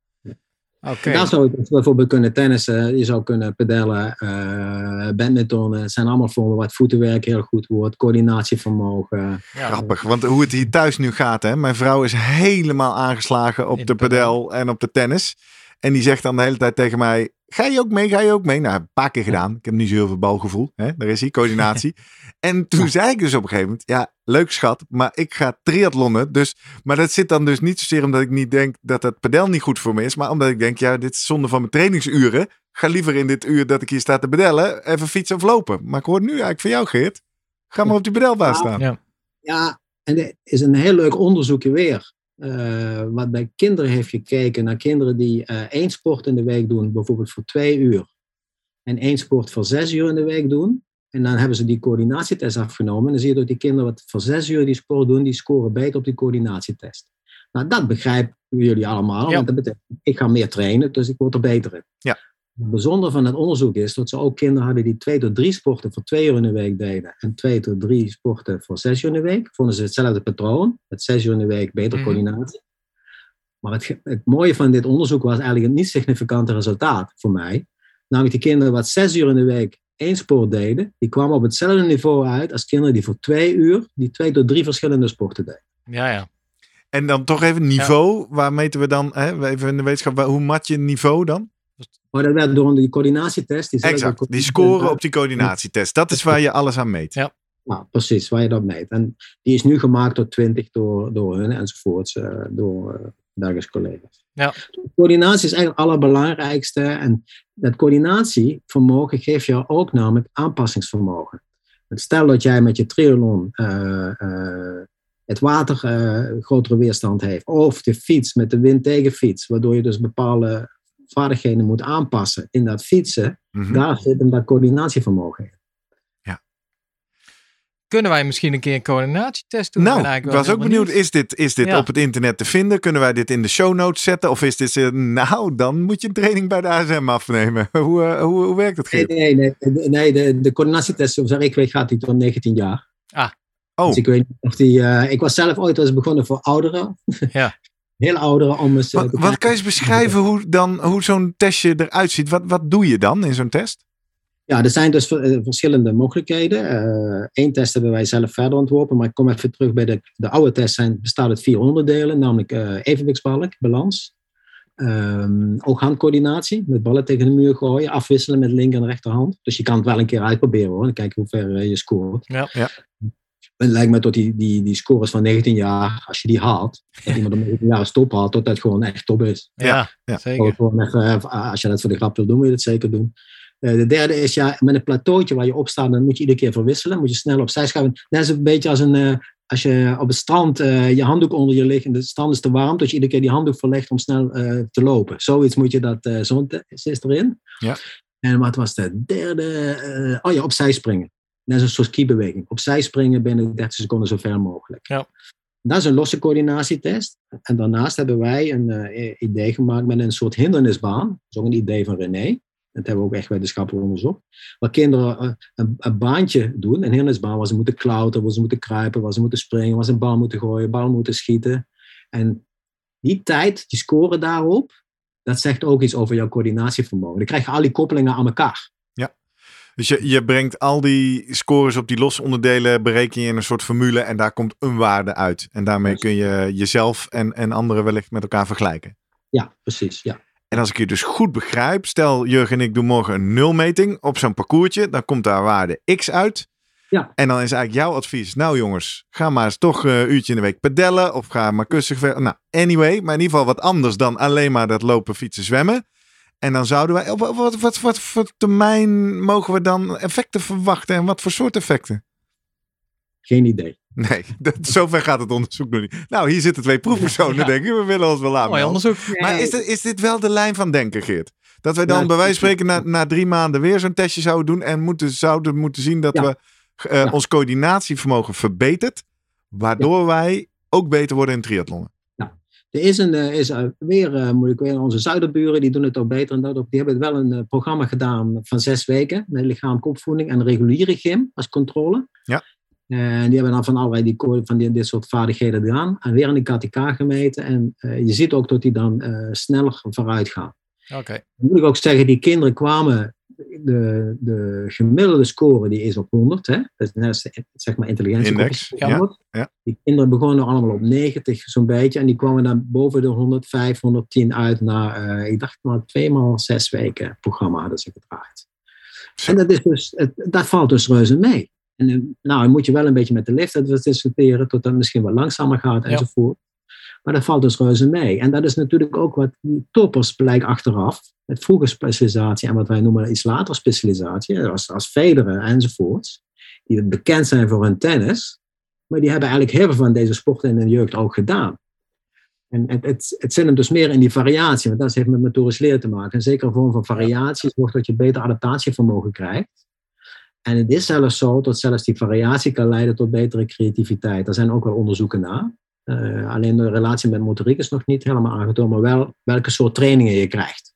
Oké. Okay. Daar zou je bijvoorbeeld kunnen tennissen, je zou kunnen pedellen, uh, badmintonnen. Het zijn allemaal vormen waar het voetenwerk heel goed wordt, coördinatievermogen. Ja. Grappig, want hoe het hier thuis nu gaat, hè. Mijn vrouw is helemaal aangeslagen op In de de padel. padel en op de tennis. En die zegt dan de hele tijd tegen mij, ga je ook mee, ga je ook mee? Nou, een paar keer gedaan. Ik heb niet zo heel veel balgevoel. Hè? Daar is hij, coördinatie. En toen zei ik dus op een gegeven moment, ja, leuk schat, maar ik ga triathlonnen. Dus, maar dat zit dan dus niet zozeer omdat ik niet denk dat het padel niet goed voor me is. Maar omdat ik denk, ja, dit is zonde van mijn trainingsuren. Ga liever in dit uur dat ik hier sta te padellen, even fietsen of lopen. Maar ik hoor nu eigenlijk van jou, Geert. Ga maar op die padelbaan staan. Ja. Ja, en er is een heel leuk onderzoekje weer. Uh, wat bij kinderen heeft gekeken naar kinderen die uh, één sport in de week doen, bijvoorbeeld voor twee uur. En één sport voor zes uur in de week doen. En dan hebben ze die coördinatietest afgenomen. En dan zie je dat die kinderen wat voor zes uur die sport doen, die scoren beter op die coördinatietest. Nou, dat begrijpen jullie allemaal. Ja. Want dat betekent, ik ga meer trainen, dus ik word er beter in. Ja. Het bijzondere van het onderzoek is dat ze ook kinderen hadden die twee tot drie sporten voor twee uur in de week deden. En twee tot drie sporten voor zes uur in de week. Vonden ze hetzelfde patroon. Met zes uur in de week beter Mhm. coördinatie. Maar het, het mooie van dit onderzoek was eigenlijk het niet significante resultaat voor mij. Namelijk die kinderen wat zes uur in de week één sport deden. Die kwamen op hetzelfde niveau uit als kinderen die voor twee uur die twee tot drie verschillende sporten deden. Ja, ja. En dan toch even niveau. Ja. Waar meten we dan, hè, even in de wetenschap, waar, hoe mat je niveau dan? Maar dat werd door die coördinatietest. Die exact, die scoren op die coördinatietest. Dat is waar je alles aan meet. Ja. Nou, precies, waar je dat meet. En die is nu gemaakt tot twintig door, door hun enzovoorts, uh, door uh, Belgische collega's. Ja. Coördinatie is eigenlijk het allerbelangrijkste. En dat coördinatievermogen geeft jou ook namelijk aanpassingsvermogen. Stel dat jij met je triathlon uh, uh, het water uh, grotere weerstand heeft. Of de fiets met de wind tegen fiets. Waardoor je dus bepaalde vaardigheden moet aanpassen in dat fietsen. Mm-hmm. Daar zit hem dat coördinatievermogen in. Kunnen wij misschien een keer een coördinatietest doen? Nou, ik was ook benieuwd. Is dit, is dit ja. op het internet te vinden? Kunnen wij dit in de show notes zetten? Of is dit, uh, nou, dan moet je een training bij de A S M afnemen. hoe, uh, hoe, hoe werkt dat, Geert? Nee, nee, nee, nee de, de coördinatietest, zoals ik weet, gaat die tot negentien jaar. Ah. Oh. Dus ik weet niet of die... Uh, ik was zelf ooit eens begonnen voor ouderen. Ja. Heel ouderen om eens... Wat, wat kan je eens beschrijven hoe, dan, hoe zo'n testje eruit ziet? Wat, wat doe je dan in zo'n test? Ja, er zijn dus verschillende mogelijkheden. Eén uh, test hebben wij zelf verder ontworpen, maar ik kom even terug bij de, de oude test. Zijn, bestaat uit vier onderdelen, namelijk uh, evenwichtsbalk, balans. Um, ook handcoördinatie, met ballen tegen de muur gooien, afwisselen met linker en rechterhand. Dus je kan het wel een keer uitproberen hoor, en kijken hoe ver uh, je scoort. Ja. Ja. Het lijkt me tot die, die, die scores van negentien jaar, als je die haalt, dat iemand om negentien jaar stop haalt, tot dat gewoon echt top is. Ja, ja. zeker. Gewoon even, als je dat voor de grap wil doen, moet je dat zeker doen. Uh, de derde is, ja, met een plateautje waar je op staat, dan moet je iedere keer verwisselen. Moet je snel opzij schuiven. Net is een beetje als een, uh, als je op het strand uh, je handdoek onder je ligt en de strand is te warm, dat je iedere keer die handdoek verlegt om snel uh, te lopen. Zoiets moet je dat, uh, zo'n test is erin. Ja. En wat was de derde? Uh, oh ja, opzij springen. Dat is een soort skibeweging. Opzij springen binnen dertig seconden zo ver mogelijk. Ja. Dat is een losse coördinatietest. En daarnaast hebben wij een uh, idee gemaakt met een soort hindernisbaan. Dat is ook een idee van René. Dat hebben we ook echt wetenschappelijk onderzocht. Waar kinderen een, een baantje doen, een hindernisbaan, waar ze moeten klauteren, waar ze moeten kruipen, waar ze moeten springen, waar ze een bal moeten gooien, bal moeten schieten. En die tijd, die scoren daarop, dat zegt ook iets over jouw coördinatievermogen. Dan krijg je al die koppelingen aan elkaar. Ja, Dus je, je brengt al die scores op die losse onderdelen, bereken je in een soort formule en daar komt een waarde uit. En daarmee kun je jezelf en, en anderen wellicht met elkaar vergelijken. Ja, precies. Ja. En als ik je dus goed begrijp, stel Jurgen en ik doen morgen een nulmeting op zo'n parcoursje, dan komt daar waarde X uit. Ja. En dan is eigenlijk jouw advies, nou jongens, ga maar eens toch een uurtje in de week pedellen of ga maar kussen. Nou, anyway, maar in ieder geval wat anders dan alleen maar dat lopen, fietsen, zwemmen. En dan zouden wij, wat, wat, wat, wat voor termijn mogen we dan effecten verwachten en wat voor soort effecten? Geen idee. Nee, dat, zover gaat het onderzoek nog niet. Nou, hier zitten twee proefpersonen, ja. denk ik. We willen ons wel aan. Mooi onderzoek. Maar is dit, is dit wel de lijn van denken, Geert? Dat wij dan ja, bij wijze van spreken na, na drie maanden weer zo'n testje zouden doen en moeten, zouden moeten zien dat ja. we uh, ja. ons coördinatievermogen verbetert, waardoor ja. wij ook beter worden in triathlonnen. Er is, een, is weer, uh, moet ik weer, onze zuiderburen, die doen het ook beter. En dat ook, die hebben wel een uh, programma gedaan van zes weken met lichamelijke opvoeding en reguliere gym als controle. Ja. En die hebben dan van allerlei die, van die, dit soort vaardigheden gedaan. En weer in de K T K gemeten. En uh, je ziet ook dat die dan uh, sneller vooruit gaan. Oké. Okay. Dan moet ik ook zeggen, die kinderen kwamen, de, de gemiddelde score die is op honderd. Hè? Dat is zeg maar intelligentie. Index, ja, ja. Die kinderen begonnen allemaal op negentig zo'n beetje. En die kwamen dan boven de honderdvijf, honderdtien uit na, uh, ik dacht maar twee maal zes weken programma hadden ze gedraaid. Zo. En dat, is dus, het, dat valt dus reuze mee. En nou, dan moet je wel een beetje met de leeftijd discussiëren, tot dat misschien wat langzamer gaat enzovoort. Ja. Maar dat valt dus reuze mee. En dat is natuurlijk ook wat die toppers blijkt achteraf, met vroege specialisatie en wat wij noemen iets later specialisatie, als, als Federer enzovoorts, die bekend zijn voor hun tennis, maar die hebben eigenlijk heel veel van deze sporten in de jeugd ook gedaan. En het, het, het zit hem dus meer in die variatie, want dat heeft met motorisch leren te maken. En zeker een vorm van variatie zorgt dat je beter adaptatievermogen krijgt. En het is zelfs zo dat zelfs die variatie kan leiden tot betere creativiteit. Daar zijn ook wel onderzoeken naar. Uh, alleen de relatie met motoriek is nog niet helemaal aangetoond, maar wel welke soort trainingen je krijgt.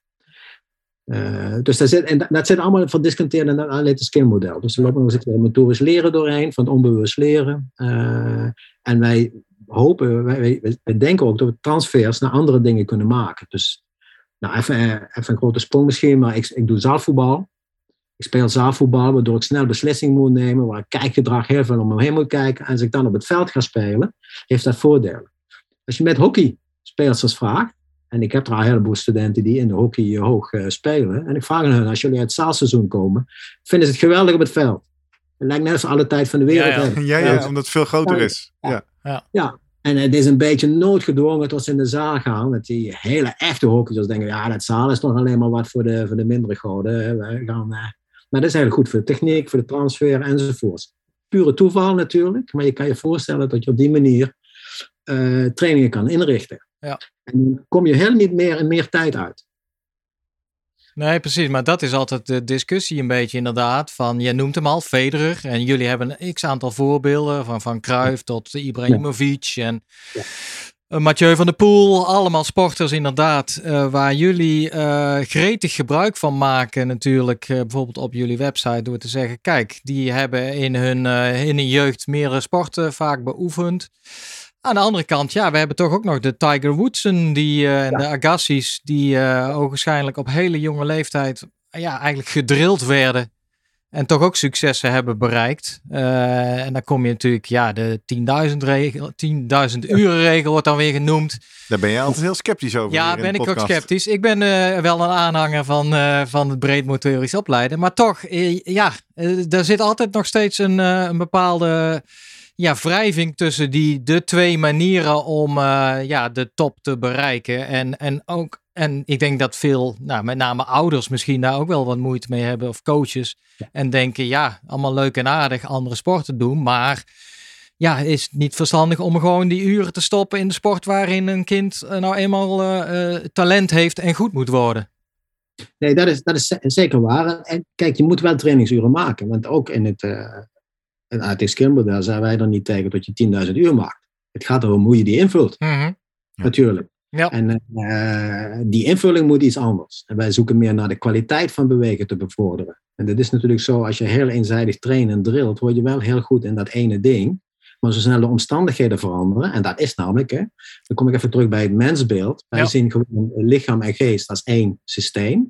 Uh, dus dat zit, en dat, dat zit allemaal verdisconteerd in het analytisch skillmodel. Dus er lopen nog eens motorisch leren doorheen, van het onbewust leren. Uh, en wij hopen, wij, wij, wij denken ook dat we transfers naar andere dingen kunnen maken. Dus nou, even, even een grote sprong misschien, maar ik, ik doe zaalvoetbal. Ik speel zaalvoetbal, waardoor ik snel beslissingen moet nemen, waar ik kijkgedrag heel veel om me heen moet kijken. En als ik dan op het veld ga spelen, heeft dat voordelen. Als je met hockeyspelers vraagt, en ik heb er al een heleboel studenten die in de hockey hoog uh, spelen, en ik vraag hen, als jullie uit het zaalseizoen komen, vinden ze het geweldig op het veld. Het lijkt net als alle tijd van de wereld. Ja, ja. ja, ja, ja omdat het veel groter is. Ja, ja. ja. En het is een beetje noodgedwongen tot ze in de zaal gaan. Met die hele echte hockeyers denken, ja, dat zaal is toch alleen maar wat voor de, voor de mindere goden. We gaan... Uh, Maar dat is eigenlijk goed voor de techniek, voor de transfer enzovoort. Pure toeval natuurlijk, maar je kan je voorstellen dat je op die manier uh, trainingen kan inrichten. Ja. En dan kom je heel niet meer en meer tijd uit. Nee, precies. Maar dat is altijd de discussie een beetje inderdaad. Van, je noemt hem al, Federer. En jullie hebben een x-aantal voorbeelden. Van, van Cruyff tot Ibrahimovic ja. en... Ja. Mathieu van der Poel, allemaal sporters inderdaad, uh, waar jullie uh, gretig gebruik van maken natuurlijk, uh, bijvoorbeeld op jullie website, door te zeggen, kijk, die hebben in hun, uh, in hun jeugd meerdere sporten vaak beoefend. Aan de andere kant, ja, we hebben toch ook nog de Tiger Woodsen die, uh, en ja. de Agassi's, die uh, ogenschijnlijk op hele jonge leeftijd ja, eigenlijk gedrild werden. En toch ook successen hebben bereikt. Uh, en dan kom je natuurlijk, ja, de tienduizend regel, tienduizend uren regel wordt dan weer genoemd. Daar ben je altijd heel sceptisch over. Ja, ben ik ook sceptisch. Ik ben uh, wel een aanhanger van, uh, van het breed motorisch opleiden. Maar toch, uh, ja, uh, er zit altijd nog steeds een, uh, een bepaalde ja, wrijving tussen die de twee manieren om uh, ja, de top te bereiken. En, en ook... En ik denk dat veel, nou, met name ouders misschien daar ook wel wat moeite mee hebben. Of coaches. Ja. En denken, ja, allemaal leuk en aardig andere sporten doen. Maar ja, is het niet verstandig om gewoon die uren te stoppen in de sport waarin een kind nou eenmaal uh, uh, talent heeft en goed moet worden? Nee, dat is, dat is zeker waar. En kijk, je moet wel trainingsuren maken. Want ook in het, uh, het A T Skillmodel zijn wij er niet tegen dat je tienduizend uur maakt. Het gaat erom hoe je die invult. Mm-hmm. Natuurlijk. Ja. En uh, die invulling moet iets anders. En wij zoeken meer naar de kwaliteit van bewegen te bevorderen. En dat is natuurlijk zo, als je heel eenzijdig traint en drilt, word je wel heel goed in dat ene ding. Maar zo snel de omstandigheden veranderen, en dat is namelijk, hè, dan kom ik even terug bij het mensbeeld. Wij ja. zien gewoon lichaam en geest als één systeem.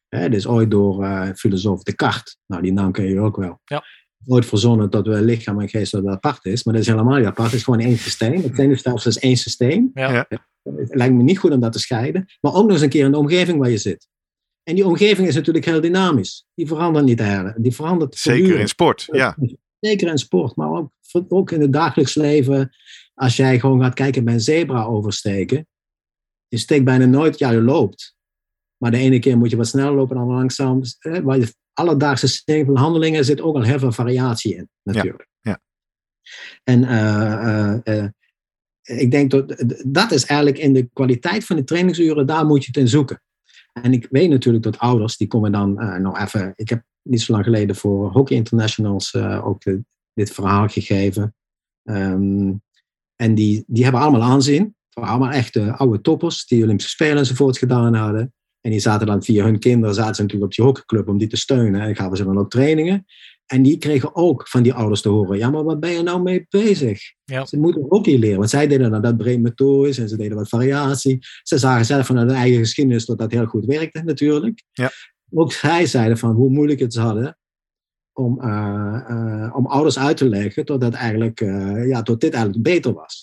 Hè, dit is ooit door uh, filosoof Descartes. Nou, die naam ken je ook wel. Ja. Ooit verzonnen dat we lichaam en geest dat apart is. Maar dat is helemaal niet apart. Het is gewoon één systeem. Het zenuwstelsel is één systeem. Ja. Ja. Het lijkt me niet goed om dat te scheiden. Maar ook nog eens een keer in de omgeving waar je zit. En die omgeving is natuurlijk heel dynamisch. Die verandert niet her. Die verandert Zeker voortdurend. in sport, ja. Zeker in sport, maar ook, ook in het dagelijks leven. Als jij gewoon gaat kijken bij een zebra oversteken. Je steekt bijna nooit, ja je loopt. Maar de ene keer moet je wat sneller lopen dan langzaam. Waar je alledaagse simpele handelingen zit ook al heel veel variatie in, natuurlijk. Ja, ja. En uh, uh, uh, ik denk dat dat is eigenlijk in de kwaliteit van de trainingsuren, daar moet je het in zoeken. En ik weet natuurlijk dat ouders, die komen dan uh, nog even... Ik heb niet zo lang geleden voor Hockey Internationals uh, ook uh, dit verhaal gegeven. Um, en die, die hebben allemaal aanzien. Voor allemaal echte oude toppers die Olympische Spelen enzovoort gedaan hadden. En die zaten dan via hun kinderen, zaten ze natuurlijk op die hockeyclub om die te steunen. En gaven ze dan ook trainingen. En die kregen ook van die ouders te horen, ja, maar wat ben je nou mee bezig? Ja. Ze moeten hockey leren, want zij deden dan dat breed methodisch en ze deden wat variatie. Ze zagen zelf vanuit hun eigen geschiedenis dat dat heel goed werkte natuurlijk. Ja. Ook zij zeiden van hoe moeilijk het ze hadden om, uh, uh, om ouders uit te leggen tot, dat eigenlijk, uh, ja, tot dit eigenlijk beter was.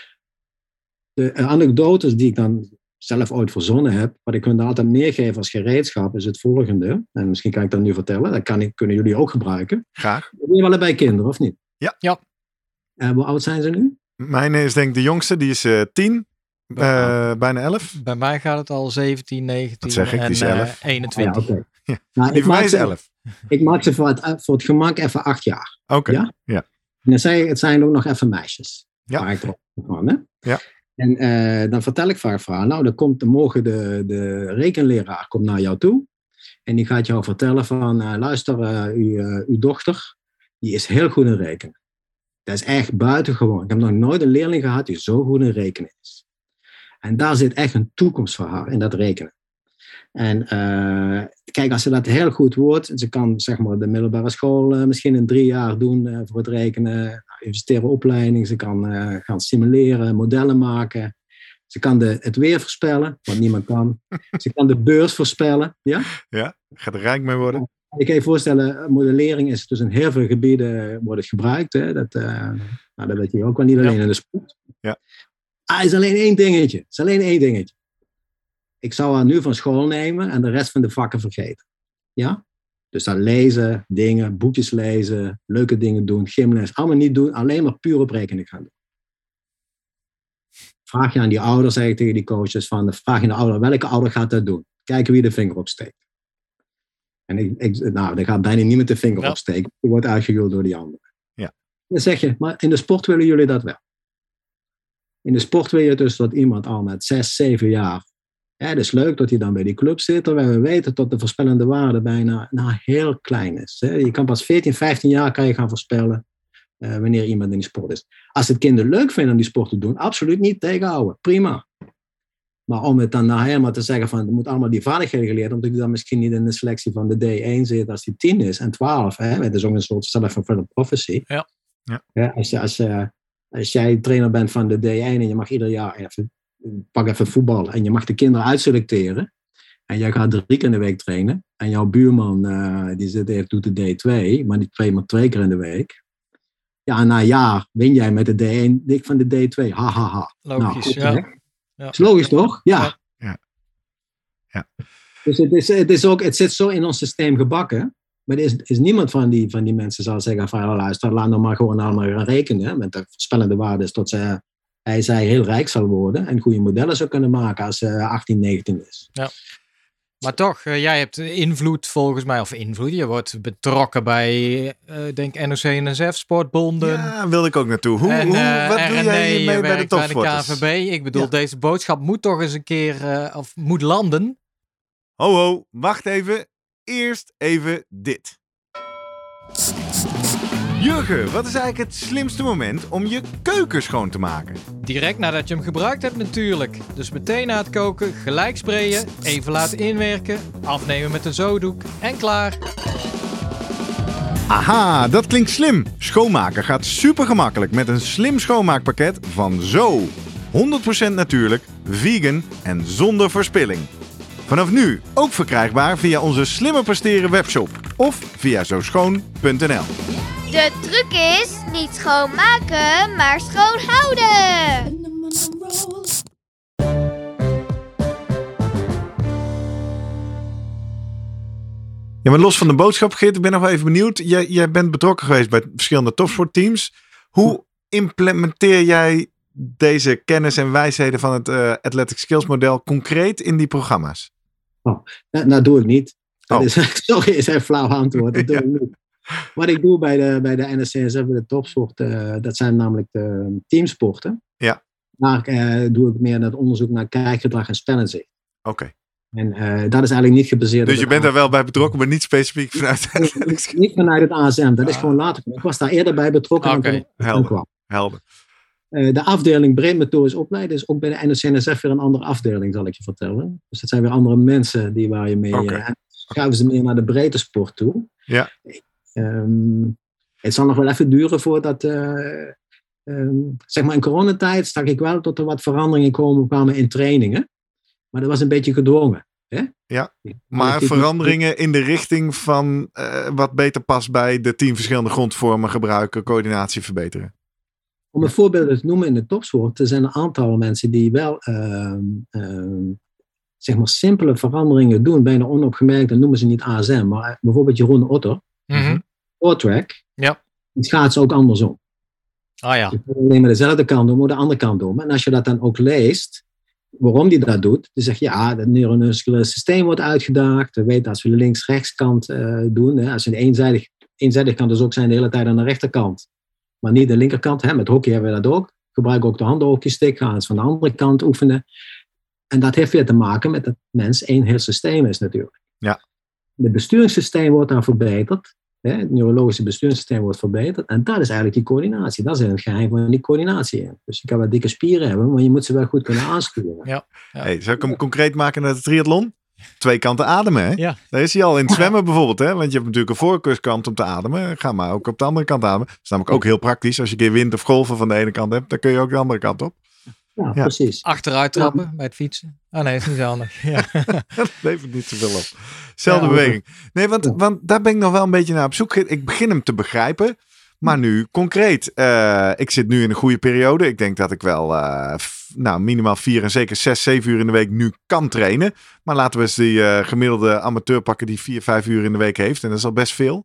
De uh, anekdotes die ik dan zelf ooit verzonnen heb, wat ik hun altijd meegeven als gereedschap, is het volgende. En misschien kan ik dat nu vertellen. Dat kan ik, kunnen jullie ook gebruiken. Graag. Hebben jullie allebei kinderen, of niet? Ja. ja. Uh, hoe oud zijn ze nu? Mijn is denk ik de jongste. Die is uh, tien. Uh, bijna elf. Bij mij gaat het al zeventien, negentien dat zeg ik, en die is elf. Uh, eenentwintig. Ja, okay. Ja. Nou, die van mij is elf. Ik maak ze voor het, voor het gemak even acht jaar. Oké. Okay. Ja? Ja. En dan zei, het zijn ook nog even meisjes. Ja. Waar ik erop van, hè? Ja. En uh, dan vertel ik vaak verhaal. Nou, dan komt morgen de, de rekenleraar komt naar jou toe. En die gaat jou vertellen van, uh, luister, uh, uw, uh, uw dochter, die is heel goed in rekenen. Dat is echt buitengewoon. Ik heb nog nooit een leerling gehad die zo goed in rekenen is. En daar zit echt een toekomst voor haar in dat rekenen. En uh, kijk, als ze dat heel goed wordt, ze kan zeg maar de middelbare school uh, misschien in drie jaar doen uh, voor het rekenen, nou, investeren opleiding, ze kan uh, gaan simuleren, modellen maken. Ze kan de, het weer voorspellen, wat niemand kan. Ze kan de beurs voorspellen. Ja, ja, gaat er rijk mee worden. Ik kan je voorstellen, modellering is dus in heel veel gebieden wordt het gebruikt. Hè? Dat, uh, nou, dat weet je ook wel, niet alleen ja. in de sport. Ja. Ah, is alleen één dingetje. Het is alleen één dingetje. Ik zou haar nu van school nemen en de rest van de vakken vergeten. Ja? Dus dan lezen, dingen, boekjes lezen, leuke dingen doen, gymles, allemaal niet doen, alleen maar puur op rekening gaan doen. Vraag je aan die ouders, zeg ik tegen die coaches, van, vraag je aan de ouder, welke ouder gaat dat doen? Kijken wie de vinger opsteekt. En ik, ik, nou, er gaat bijna niemand de vinger ja. opsteken. Die wordt uitgejoeld door die anderen. Ja. Dan zeg je, maar in de sport willen jullie dat wel. In de sport wil je dus dat iemand al met zes, zeven jaar. Ja, het is leuk dat hij dan bij die club zit. Terwijl we weten dat de voorspellende waarde bijna nou, heel klein is. Hè. Je kan pas veertien, vijftien jaar kan je gaan voorspellen. Uh, wanneer iemand in die sport is. Als het kinderen leuk vinden om die sport te doen, absoluut niet tegenhouden. Prima. Maar om het dan nou helemaal te zeggen van, er moet allemaal die vaardigheden geleerd, omdat hij dan misschien niet in de selectie van de D één zit als hij tien is en twaalf. Hè? Het is ook een soort self-fulfilling prophecy. Ja. Ja. Ja, als, je, als, uh, als jij trainer bent van de D één en je mag ieder jaar even, pak even voetbal en je mag de kinderen uitselecteren en jij gaat drie keer in de week trainen en jouw buurman uh, die zit even doet de D twee, maar die traint maar twee keer in de week. Ja, na een jaar win jij met de D één, dik van de D twee. Ha, ha, ha. Logisch, nou, ja. Ja. Is logisch, toch? Ja. ja. ja. Dus het, is, het, is ook, het zit zo in ons systeem gebakken. Maar er is, is niemand van die, van die mensen zal zeggen van, luister, laat nou maar gewoon allemaal gaan rekenen. Met de voorspellende waarde is tot ze, hij zij heel rijk zal worden. En goede modellen zou kunnen maken als ze achttien, negentien is. Ja. Maar toch, uh, jij hebt invloed volgens mij, of invloed, je wordt betrokken bij, uh, denk N O C N S F, sportbonden. Ja, wilde ik ook naartoe. Hoe, en, hoe, uh, wat R doe en D, jij hiermee bij de topsporters? Bij de K V B. Ik bedoel, ja. deze boodschap moet toch eens een keer, uh, of moet landen. Ho, ho, wacht even. Eerst even dit. Jurgen, wat is eigenlijk het slimste moment om je keuken schoon te maken? Direct nadat je hem gebruikt hebt natuurlijk. Dus meteen na het koken, gelijk sprayen, even laten inwerken, afnemen met een zooddoek en klaar. Aha, dat klinkt slim. Schoonmaken gaat super gemakkelijk met een slim schoonmaakpakket van Zo. honderd procent natuurlijk, vegan en zonder verspilling. Vanaf nu ook verkrijgbaar via onze Slimmer Presteren webshop of via zo schoon punt n l. De truc is niet schoonmaken, maar schoon houden. Ja, maar los van de boodschap, Geert, ik ben nog wel even benieuwd. Jij, jij bent betrokken geweest bij verschillende topsportteams. Hoe implementeer jij deze kennis en wijsheden van het uh, Athletic Skills model concreet in die programma's? Oh, dat, dat doe ik niet. Dat oh. is, sorry, is een flauw antwoord. Dat doe ja. ik niet. Wat ik doe bij de, bij de N S C S F, de topsport, uh, dat zijn namelijk de teamsporten. Ja. Daar uh, doe ik meer het onderzoek naar kijkgedrag en spelinzicht. Oké. Okay. En uh, dat is eigenlijk niet gebaseerd dus op... Dus je bent daar wel bij betrokken, maar niet specifiek vanuit... niet, niet vanuit het A S M, dat is gewoon later. Ik was daar eerder bij betrokken. Oké, okay. helder. helder. Uh, de afdeling breed methodisch opleiden is ook bij de N S C S F weer een andere afdeling, zal ik je vertellen. Dus dat zijn weer andere mensen die waar je mee... Okay. Uh, schuiven ze meer naar de breedte sport toe. Ja. Um, het zal nog wel even duren voordat... Uh, um, zeg maar in coronatijd stak ik wel tot er wat veranderingen komen, kwamen in trainingen. Maar dat was een beetje gedwongen. Hè? Ja, maar veranderingen in de richting van uh, wat beter past bij de tien verschillende grondvormen gebruiken, coördinatie verbeteren. Om een voorbeeld te noemen in de topsport, er zijn een aantal mensen die wel uh, uh, zeg maar simpele veranderingen doen, bijna onopgemerkt, dan noemen ze niet A S M, maar bijvoorbeeld Jeroen Otter, mm-hmm. four-track, ja. die schaatsen ook andersom. Ah ja. Je kunt alleen maar dezelfde kant doen, maar de andere kant doen. En als je dat dan ook leest, waarom die dat doet, dan zeg je, ja, het neuromusculaire systeem wordt uitgedaagd. We weten als we de links-rechtskant uh, doen, hè, als je de eenzijdig, eenzijdig kan dus ook zijn de hele tijd aan de rechterkant, maar niet de linkerkant. Hè. Met hockey hebben we dat ook. Gebruik ook de handenhockeystick, gaan eens van de andere kant oefenen. En dat heeft weer te maken met dat mens één heel systeem is natuurlijk. Ja. Het besturingssysteem wordt dan verbeterd. Hè. Het neurologische besturingssysteem wordt verbeterd. En dat is eigenlijk die coördinatie. Dat is het geheim van die coördinatie. Dus je kan wat dikke spieren hebben, maar je moet ze wel goed kunnen aansturen. Ja. Ja. Hey, zou ik hem concreet maken naar de triathlon? Twee kanten ademen, hè? Ja. Daar is hij al in het zwemmen bijvoorbeeld, hè? Want je hebt natuurlijk een voorkeurskant om te ademen. Ga maar ook op de andere kant ademen. Dat is namelijk ook heel praktisch. Als je een keer wind of golven van de ene kant hebt, dan kun je ook de andere kant op. Ja, ja. precies. Achteruit trappen ja. bij het fietsen. Oh nee, is niet zo handig. Ja. Dat levert niet zoveel op. Zelfde ja, beweging. Nee, want, ja. want daar ben ik nog wel een beetje naar op zoek. Ik begin hem te begrijpen. Maar nu concreet. Uh, ik zit nu in een goede periode. Ik denk dat ik wel uh, f- nou, minimaal vier en zeker zes, zeven uur in de week nu kan trainen. Maar laten we eens die uh, gemiddelde amateur pakken die vier, vijf uur in de week heeft. En dat is al best veel.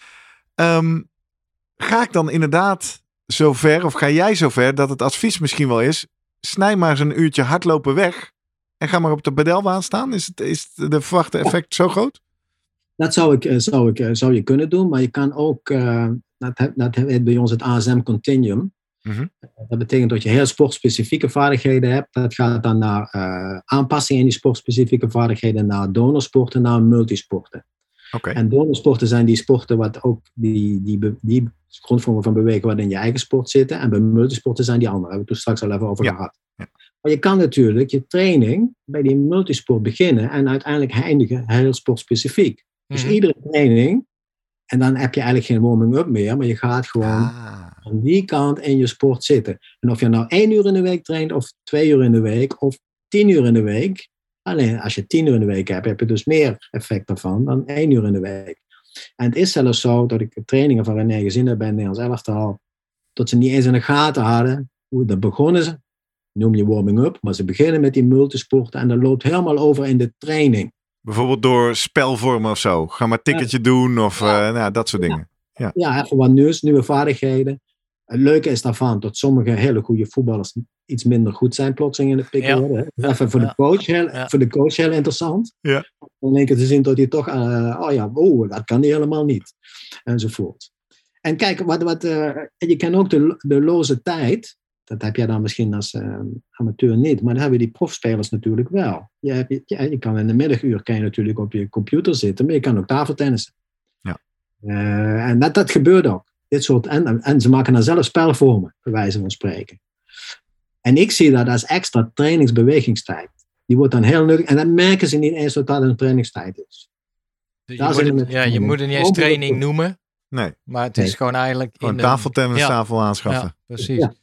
Um, ga ik dan inderdaad zover, of ga jij zover, dat het advies misschien wel is, snij maar eens een uurtje hardlopen weg en ga maar op de pedelbaan staan? Is, het, is de verwachte effect zo groot? Dat zou, ik, zou, ik, zou je kunnen doen, maar je kan ook... Uh, Dat, dat heet bij ons het A S M Continuum. Mm-hmm. Dat betekent dat je heel sportspecifieke vaardigheden hebt. Dat gaat dan naar uh, aanpassingen in die sportspecifieke vaardigheden, naar donorsporten, naar multisporten. Okay. En donorsporten zijn die sporten wat ook die, die, die grondvormen van bewegen wat in je eigen sport zitten. En bij multisporten zijn die andere. Daar hebben we het toen straks al even over ja. gehad. Ja. Maar je kan natuurlijk je training bij die multisport beginnen en uiteindelijk eindigen heel sportspecifiek. Dus Mm-hmm. iedere training. En dan heb je eigenlijk geen warming-up meer, maar je gaat gewoon ah. aan die kant in je sport zitten. En of je nou één uur in de week traint, of twee uur in de week, of tien uur in de week. Alleen als je tien uur in de week hebt, heb je dus meer effect daarvan dan één uur in de week. En het is zelfs zo dat ik trainingen van René gezien heb bij het Nederlands elftal, dat ze niet eens in de gaten hadden hoe dat begonnen ze. Noem je warming-up, maar ze beginnen met die multisporten en dat loopt helemaal over in de training. Bijvoorbeeld door spelvormen of zo. Ga maar een ticketje ja. doen of ja. uh, nou, dat soort dingen. Ja, ja even wat nieuws, nieuwe vaardigheden. Het leuke is daarvan dat sommige hele goede voetballers iets minder goed zijn plotseling in de pick worden. Ja. Even voor, ja. de coach heel, ja. voor de coach heel interessant. Ja. Om in één keer te zien dat hij toch, uh, oh ja, oh, dat kan hij helemaal niet. Enzovoort. En kijk, wat, wat, uh, je kan ook de, de loze tijd. Dat heb jij dan misschien als uh, amateur niet. Maar dan hebben die profspelers natuurlijk wel. Je, hebt, je, je kan in de middaguur kan je natuurlijk op je computer zitten. Maar je kan ook tafeltennissen. Ja. Uh, en dat, dat gebeurt ook. Dit soort, en, en ze maken dan zelf spelvormen. Bij wijze van spreken. En ik zie dat als extra trainingsbewegingstijd. Die wordt dan heel nuttig. En dan merken ze niet eens dat dat een trainingstijd is. Dus je, moet het, ja, je moet het niet eens training noemen. Nee. Maar het is nee. gewoon eigenlijk... Gewoon in een tafeltennistafel ja. aanschaffen. Ja, precies. Ja.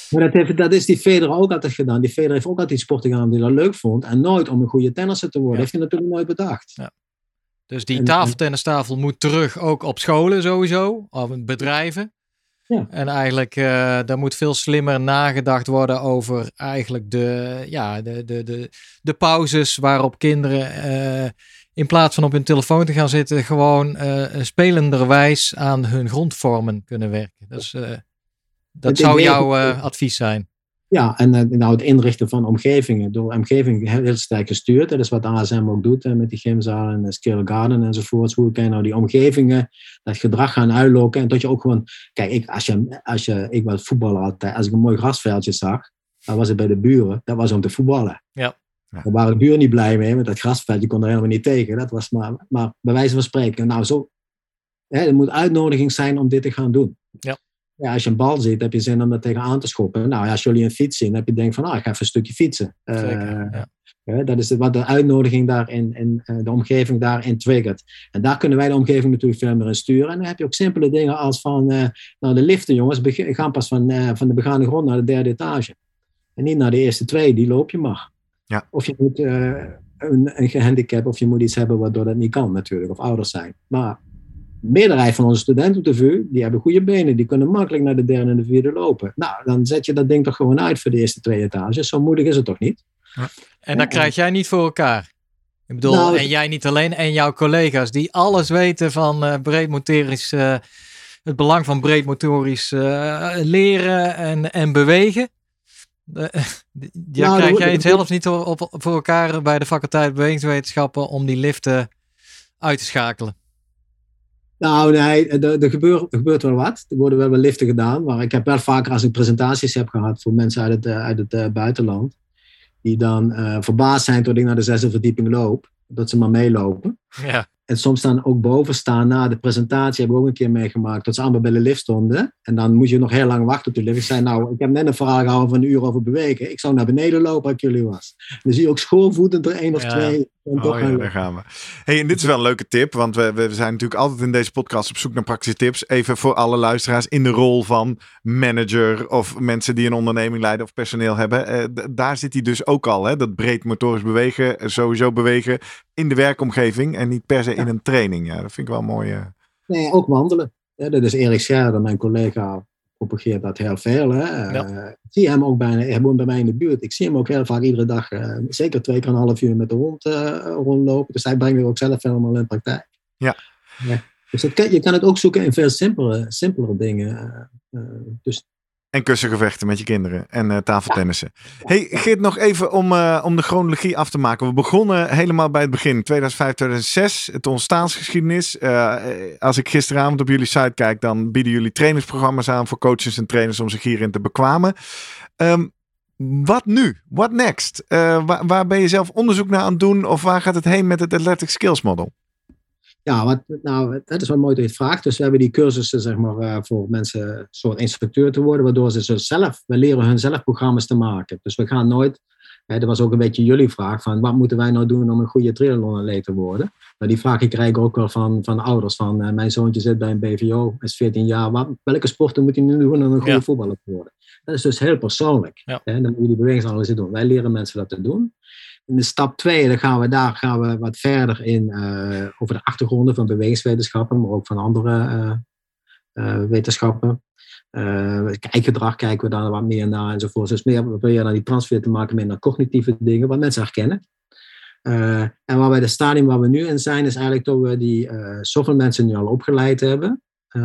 Maar dat, heeft, dat is die Federer ook altijd gedaan. Die Federer heeft ook altijd sporten gedaan die hij leuk vond. En nooit om een goede tennisser te worden. Ja. Heeft hij natuurlijk nooit bedacht. Ja. Dus die tafeltennistafel moet terug ook op scholen sowieso. Of in bedrijven. Ja. En eigenlijk, uh, daar moet veel slimmer nagedacht worden over eigenlijk de, ja, de, de, de, de pauzes waarop kinderen uh, in plaats van op hun telefoon te gaan zitten, gewoon uh, spelenderwijs aan hun grondvormen kunnen werken. Dus uh, dat het zou jouw uh, advies zijn. Ja, en uh, nou, het inrichten van omgevingen, door omgeving heel, heel sterk gestuurd. Dat is wat A S M ook doet uh, met die gymzalen en uh, Scale Garden enzovoort. Hoe kan je nou die omgevingen, dat gedrag gaan uitlokken. En dat je ook gewoon, kijk, ik, als je, als je, ik was voetballer altijd, als ik een mooi grasveldje zag, dan was het bij de buren, dat was om te voetballen. Ja. Ja. Daar waren de buren niet blij mee, want dat grasveldje kon er helemaal niet tegen. Dat was maar, maar bij wijze van spreken, nou zo, hè, er moet uitnodiging zijn om dit te gaan doen. Ja. Ja, als je een bal ziet, heb je zin om er tegenaan te schoppen. Nou, als jullie een fiets zien, dan heb je denk van, ah, ik ga even een stukje fietsen. Zeker, uh, ja. Ja, dat is de, wat de uitnodiging daarin, in, uh, de omgeving daarin triggert. En daar kunnen wij de omgeving natuurlijk veel meer in sturen. En dan heb je ook simpele dingen als van, uh, nou de liften jongens, begin, gaan pas van, uh, van de begane grond naar de derde etage. En niet naar de eerste twee, die loop je maar. Ja. Of je moet uh, een, een gehandicap, of je moet iets hebben waardoor dat niet kan natuurlijk, of ouders zijn. Maar de meerderheid van onze studenten op de V U, die hebben goede benen, die kunnen makkelijk naar de derde en de vierde lopen. Nou, dan zet je dat ding toch gewoon uit voor de eerste twee etages. Zo moeilijk is het toch niet? Ja. En dat krijg jij niet voor elkaar? Ik bedoel, nou, en jij niet alleen, en jouw collega's die alles weten van uh, breedmotorisch, uh, het belang van breedmotorisch uh, leren en, en bewegen. Uh, ja, nou, krijg jij het zelfs niet op, op, voor elkaar bij de faculteit bewegingswetenschappen om die liften uit te schakelen? Nou, nee, er, er, gebeurt, er gebeurt wel wat. Er worden wel wel liften gedaan. Maar ik heb wel vaker als ik presentaties heb gehad voor mensen uit het, uit het uh, buitenland. Die dan uh, verbaasd zijn tot ik naar de zesde verdieping loop. Dat ze maar meelopen. Ja. En soms dan ook boven staan na de presentatie. Hebben we ook een keer meegemaakt. Dat ze allemaal bij de lift stonden. En dan moet je nog heel lang wachten op de lift. Ik zei, nou, ik heb net een verhaal gehouden van een uur over bewegen. Ik zou naar beneden lopen als ik jullie was. Dan zie je ook schoolvoetend er één of ja. twee. Oh ja, daar gaan we. Hey, en dit is wel een leuke tip, want we, we zijn natuurlijk altijd in deze podcast op zoek naar praktische tips. Even voor alle luisteraars in de rol van manager of mensen die een onderneming leiden of personeel hebben. Uh, d- daar zit hij dus ook al, hè? Dat breed motorisch bewegen, sowieso bewegen in de werkomgeving en niet per se ja. in een training. Ja, dat vind ik wel mooi. Uh... Nee, ook wandelen. Ja, dat is Erik Scherder, mijn collega, propageert dat heel veel. Hè. Ja. Uh, ik zie hem ook bijna, hij woont bij mij in de buurt. Ik zie hem ook heel vaak iedere dag, uh, zeker twee keer een half uur met de hond uh, rondlopen. Dus hij brengt het ook zelf helemaal in praktijk. Ja. ja. Dus het kan, je kan het ook zoeken in veel simpelere, simpelere dingen. Uh, uh, dus En kussengevechten met je kinderen en uh, tafeltennissen. Ja. Hey Geert, nog even om, uh, om de chronologie af te maken. We begonnen helemaal bij het begin. tweeduizend vijf, tweeduizend zes, het ontstaansgeschiedenis. Uh, als ik gisteravond op jullie site kijk, dan bieden jullie trainingsprogramma's aan voor coaches en trainers om zich hierin te bekwamen. Um, wat nu? What next? Uh, waar, waar ben je zelf onderzoek naar aan het doen? Of waar gaat het heen met het Athletic Skills Model? Ja, wat, nou, het is wel mooi dat je het vraagt. Dus we hebben die cursussen zeg maar, uh, voor mensen een soort instructeur te worden, waardoor ze zelf, we leren hun zelf programma's te maken. Dus we gaan nooit, hè, dat was ook een beetje jullie vraag, van wat moeten wij nou doen om een goede triathlon-atleet te worden? Nou, die vraag krijg ik ook wel van, van ouders, van uh, mijn zoontje zit bij een B V O, is veertien jaar, wat, welke sporten moet hij nu doen om een goede ja. voetballer te worden? Dat is dus heel persoonlijk. Ja. Hè? Dan moet je die bewegingsanalyse doen. Wij leren mensen dat te doen. In de stap twee, dan gaan we daar gaan we wat verder in uh, over de achtergronden van bewegingswetenschappen, maar ook van andere uh, uh, wetenschappen. Uh, kijkgedrag kijken we daar wat meer naar enzovoort. Dus meer proberen dan die transfer te maken meer naar cognitieve dingen, wat mensen herkennen. Uh, en waar wij de stadium waar we nu in zijn, is eigenlijk dat we die uh, zoveel mensen nu al opgeleid hebben.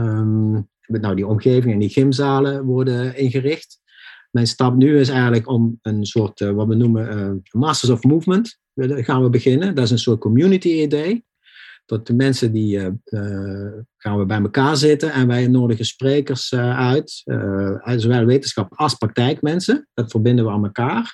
Um, nou, die omgeving en die gymzalen worden ingericht. Mijn stap nu is eigenlijk om een soort, uh, wat we noemen, uh, Masters of Movement, gaan we beginnen. Dat is een soort community idee. Dat de mensen die, uh, uh, gaan we bij elkaar zitten en wij nodigen sprekers uh, uit, uh, zowel wetenschap als praktijkmensen. Dat verbinden we aan elkaar.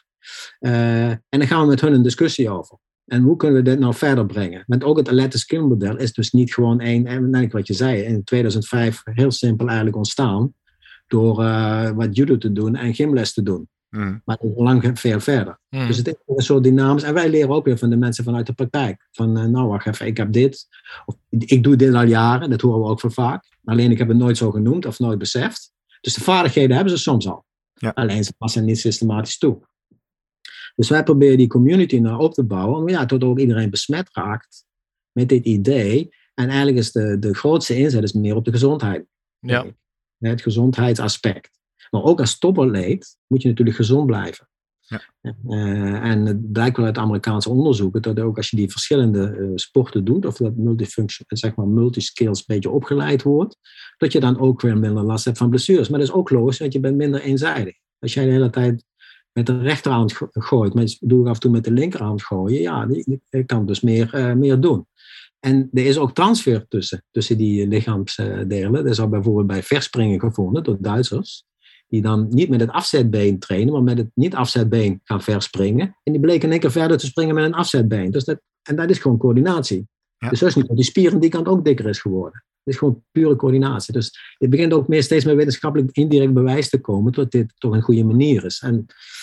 Uh, en dan gaan we met hun een discussie over. En hoe kunnen we dit nou verder brengen? Want ook het Athletic Skill model is dus niet gewoon één, en wat je zei, in tweeduizend vijf heel simpel eigenlijk ontstaan. Door uh, wat judo te doen en gymles te doen. Mm. Maar het is lang veel verder. Mm. Dus het is een soort dynamisch. En wij leren ook weer van de mensen vanuit de praktijk. Van uh, nou wacht even, ik heb dit. Of ik doe dit al jaren. Dat horen we ook veel vaak. Alleen ik heb het nooit zo genoemd of nooit beseft. Dus de vaardigheden hebben ze soms al. Ja. Alleen ze passen niet systematisch toe. Dus wij proberen die community nou op te bouwen, om ja, tot ook iedereen besmet raakt met dit idee. En eigenlijk is de, de grootste inzet is meer op de gezondheid. Ja. Het gezondheidsaspect. Maar ook als topatleet moet je natuurlijk gezond blijven. Ja. Uh, en het blijkt wel uit Amerikaanse onderzoeken dat ook als je die verschillende uh, sporten doet, of dat multifunction, zeg maar multiskills een beetje opgeleid wordt, dat je dan ook weer minder last hebt van blessures. Maar dat is ook logisch, want je bent minder eenzijdig. Als jij de hele tijd met de rechterarm gooit, maar doe ik af en toe met de linkerarm gooien, ja, die, die kan dus meer, uh, meer doen. En er is ook transfer tussen, tussen die lichaamsdelen. Dat is al bijvoorbeeld bij verspringen gevonden door Duitsers. Die dan niet met het afzetbeen trainen, maar met het niet-afzetbeen gaan verspringen. En die bleken in één keer verder te springen met een afzetbeen. Dus dat, en dat is gewoon coördinatie. Ja. Dus dat is niet dat die spier aan die kant ook dikker is geworden. Het is gewoon pure coördinatie. Dus het begint ook meer steeds meer wetenschappelijk indirect bewijs te komen dat dit toch een goede manier is. En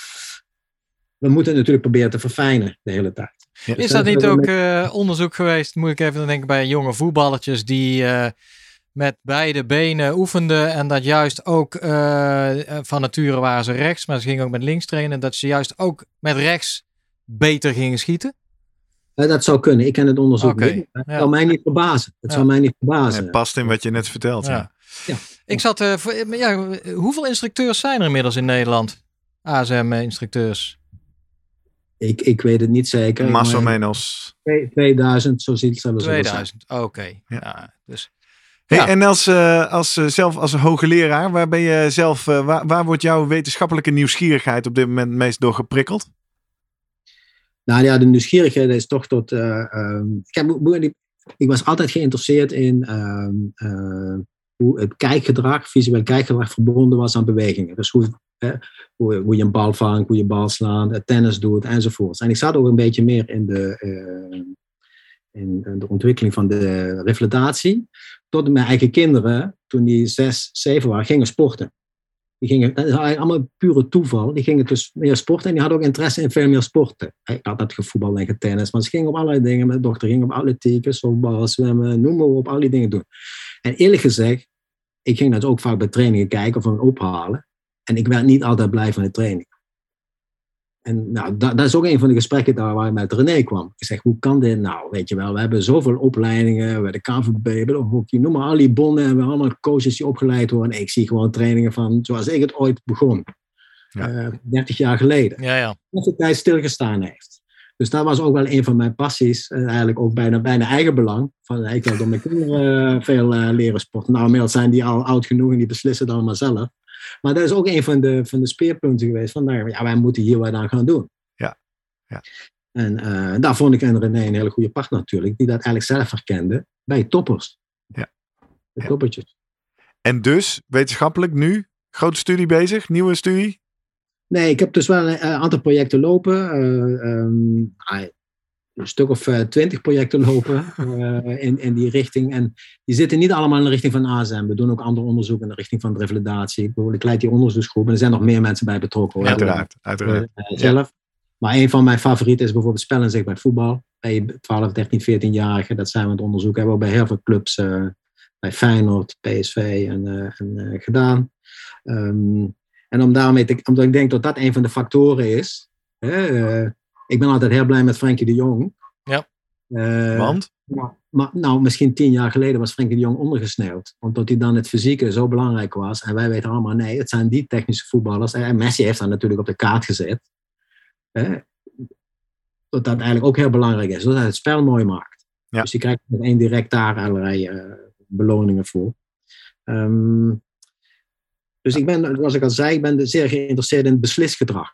we moeten het natuurlijk proberen te verfijnen de hele tijd. Ja. Is dat niet ook uh, onderzoek geweest, moet ik even denken, bij jonge voetballertjes die uh, met beide benen oefenden en dat juist ook uh, van nature waren ze rechts, maar ze gingen ook met links trainen, dat ze juist ook met rechts beter gingen schieten? Uh, dat zou kunnen. Ik ken het onderzoek okay. niet. Het ja. zou mij niet verbazen. Het ja. zou mij niet verbazen. Het past in wat je net vertelt. Ja. Ja. Ja. Ik zat, uh, voor, ja, hoeveel instructeurs zijn er inmiddels in Nederland? A S M-instructeurs. Ik, ik weet het niet zeker. Más o menos. tweeduizend, zo ziet het zelfs. tweeduizend, oké. Okay. Ja. Ja, dus, hey, ja. En als, uh, als, uh, zelf als hoogleraar, waar ben je zelf, uh, waar, waar wordt jouw wetenschappelijke nieuwsgierigheid op dit moment meest door geprikkeld? Nou ja, de nieuwsgierigheid is toch tot... Uh, um, ik, ik was altijd geïnteresseerd in um, uh, hoe het kijkgedrag, visueel kijkgedrag verbonden was aan bewegingen. Dus hoe, eh, hoe, hoe je een bal vangt, hoe je bal slaat, tennis doet enzovoort. En ik zat ook een beetje meer in de, uh, in de ontwikkeling van de revalidatie. Tot mijn eigen kinderen, toen die zes, zeven waren, gingen sporten. Die gingen, dat is eigenlijk allemaal pure toeval. Die gingen dus meer sporten en die hadden ook interesse in veel meer sporten. Ik had dat gevoetbal en getennis, maar ze gingen op allerlei dingen. Mijn dochter ging op atletiek, softbal, zwemmen, noem maar op, al die dingen doen. En eerlijk gezegd, ik ging dat ook vaak bij trainingen kijken of hem ophalen. En ik werd niet altijd blij van de training. En nou, dat, dat is ook een van de gesprekken daar waar ik met René kwam. Ik zeg, hoe kan dit nou? Weet je wel, we hebben zoveel opleidingen, bij de K V B, bij de hockey, noem maar al die bonden. En we hebben allemaal coaches die opgeleid worden. En ik zie gewoon trainingen van zoals ik het ooit begon. Ja. Uh, dertig jaar geleden. Ja, ja. Dat de tijd stilgestaan heeft. Dus dat was ook wel een van mijn passies. Uh, eigenlijk ook bijna, bijna eigen belang. Van, ik wil door mijn kinderen uh, veel uh, leren sporten. Nou, inmiddels zijn die al oud genoeg en die beslissen dan maar zelf. Maar dat is ook een van de, van de speerpunten geweest. Van, nou, ja, wij moeten hier wat aan gaan doen. Ja. Ja. En uh, daar vond ik en René een hele goede partner natuurlijk. Die dat eigenlijk zelf herkende bij toppers. Ja. De ja. toppertjes. En dus, wetenschappelijk nu, grote studie bezig, nieuwe studie? Nee, ik heb dus wel een aantal projecten lopen. Uh, um, een stuk of uh, twintig projecten lopen uh, in, in die richting. En die zitten niet allemaal in de richting van A S M. We doen ook ander onderzoek in de richting van de revalidatie. Ik, ik leid die onderzoeksgroep en er zijn nog meer mensen bij betrokken. Hoor. Uiteraard, uiteraard. Uh, zelf. Ja. Maar een van mijn favorieten is bijvoorbeeld spel en zicht bij voetbal. Bij twaalf, dertien, veertien-jarigen. Dat zijn we aan het onderzoeken. Hebben we ook bij heel veel clubs. Uh, bij Feyenoord, P S V en, uh, en uh, gedaan. Um, en om daarmee te, omdat ik denk dat dat een van de factoren is. Uh, ik ben altijd heel blij met Frenkie de Jong. Ja. Uh, Want? Maar, maar, nou, misschien tien jaar geleden was Frenkie de Jong ondergesneeuwd. Omdat hij dan het fysieke zo belangrijk was. En wij weten allemaal, nee, het zijn die technische voetballers. En Messi heeft dat natuurlijk op de kaart gezet. Uh, dat dat eigenlijk ook heel belangrijk is. Dat het spel mooi maakt. Ja. Dus je krijgt indirect daar allerlei uh, beloningen voor. Um, dus ik ben, zoals ik al zei, ik ben zeer geïnteresseerd in het beslisgedrag.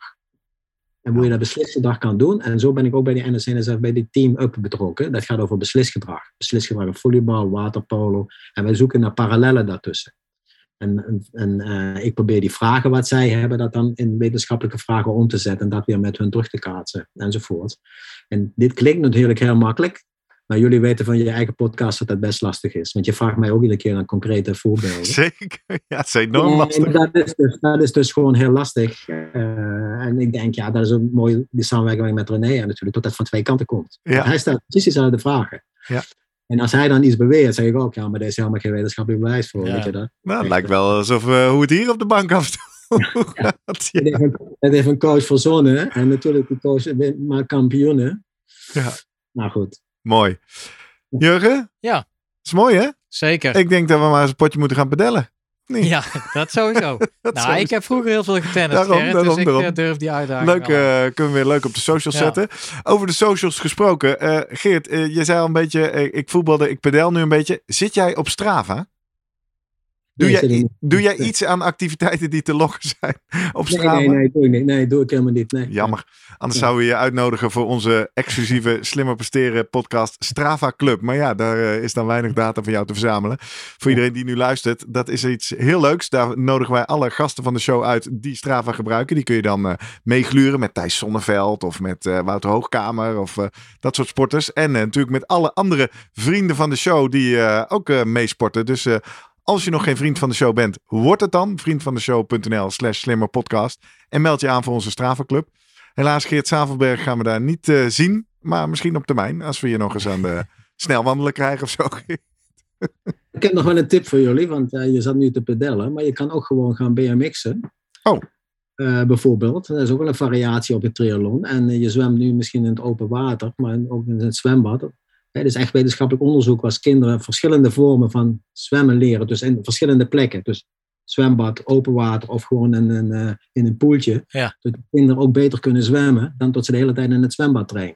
En hoe je dat beslisgedrag kan doen. En zo ben ik ook bij die N S N S F, bij die Team Up betrokken. Dat gaat over beslisgedrag. Beslisgedrag in volleybal, waterpolo. En wij zoeken naar parallellen daartussen. En, en, en uh, ik probeer die vragen wat zij hebben, dat dan in wetenschappelijke vragen om te zetten. En dat weer met hun terug te kaatsen. Enzovoort. En dit klinkt natuurlijk heel makkelijk. Maar jullie weten van je eigen podcast dat dat best lastig is. Want je vraagt mij ook iedere keer naar concrete voorbeelden. Zeker, ja, het is enorm lastig. En dat, is dus, dat is dus gewoon heel lastig. Uh, en ik denk, ja, dat is een mooie die samenwerking met René en natuurlijk, dat dat van twee kanten komt. Ja. Hij stelt precies dezelfde vragen. Ja. En als hij dan iets beweert, zeg ik ook, ja, maar daar is helemaal geen wetenschappelijk bewijs voor. Ja. Weet je dat? Nou, het lijkt wel alsof uh, hoe het hier op de bank af Ja. Het heeft een, het heeft een coach verzonnen. En natuurlijk die coach maakt kampioenen. Ja. Nou goed. Mooi. Jurgen? Ja. Is mooi, hè? Zeker. Ik denk dat we maar eens een potje moeten gaan pedellen. Nee. Ja, dat sowieso. Dat nou, sowieso. Ik heb vroeger heel veel getennist, Daarom, Gerrit, daarom, dus daarom. ik uh, durf die uitdaging Leuk, wel aan. uh, kunnen we weer leuk op de socials Ja. zetten. Over de socials gesproken. Uh, Geert, uh, je zei al een beetje, uh, ik voetbalde, ik pedel nu een beetje. Zit jij op Strava? Doe, Nee, jij, zit ik niet. doe jij iets aan activiteiten die te loggen zijn op Nee, Strava? nee, nee, doe ik niet. Nee, doe ik helemaal niet. Nee. Jammer. Anders Ja. zouden we je uitnodigen voor onze exclusieve Slimmer Presteren podcast Strava Club. Maar ja, daar uh, is dan weinig data van jou te verzamelen. Voor iedereen die nu luistert, dat is iets heel leuks. Daar nodigen wij alle gasten van de show uit die Strava gebruiken. Die kun je dan uh, meegluren met Thijs Sonneveld of met uh, Wouter Hoogkamer of uh, dat soort sporters. En uh, natuurlijk met alle andere vrienden van de show die uh, ook uh, meesporten. Dus uh, als je nog geen vriend van de show bent, word het dan. vriendvandeshow.nl slash slimmerpodcast. En meld je aan voor onze Strava Club. Helaas, Geert Zavelberg gaan we daar niet uh, zien. Maar misschien op termijn. Als we je nog eens aan de snelwandelen krijgen of zo. Ik heb nog wel een tip voor jullie. Want uh, je zat nu te pedellen. Maar je kan ook gewoon gaan B M X'en. Oh. Uh, bijvoorbeeld. Dat is ook wel een variatie op het triathlon. En uh, je zwemt nu misschien in het open water. Maar ook in het zwembad. Het is echt wetenschappelijk onderzoek waar kinderen verschillende vormen van zwemmen leren. Dus in verschillende plekken. Dus zwembad, open water of gewoon in een, uh, in een poeltje. Ja. Dat kinderen ook beter kunnen zwemmen dan dat ze de hele tijd in het zwembad trainen.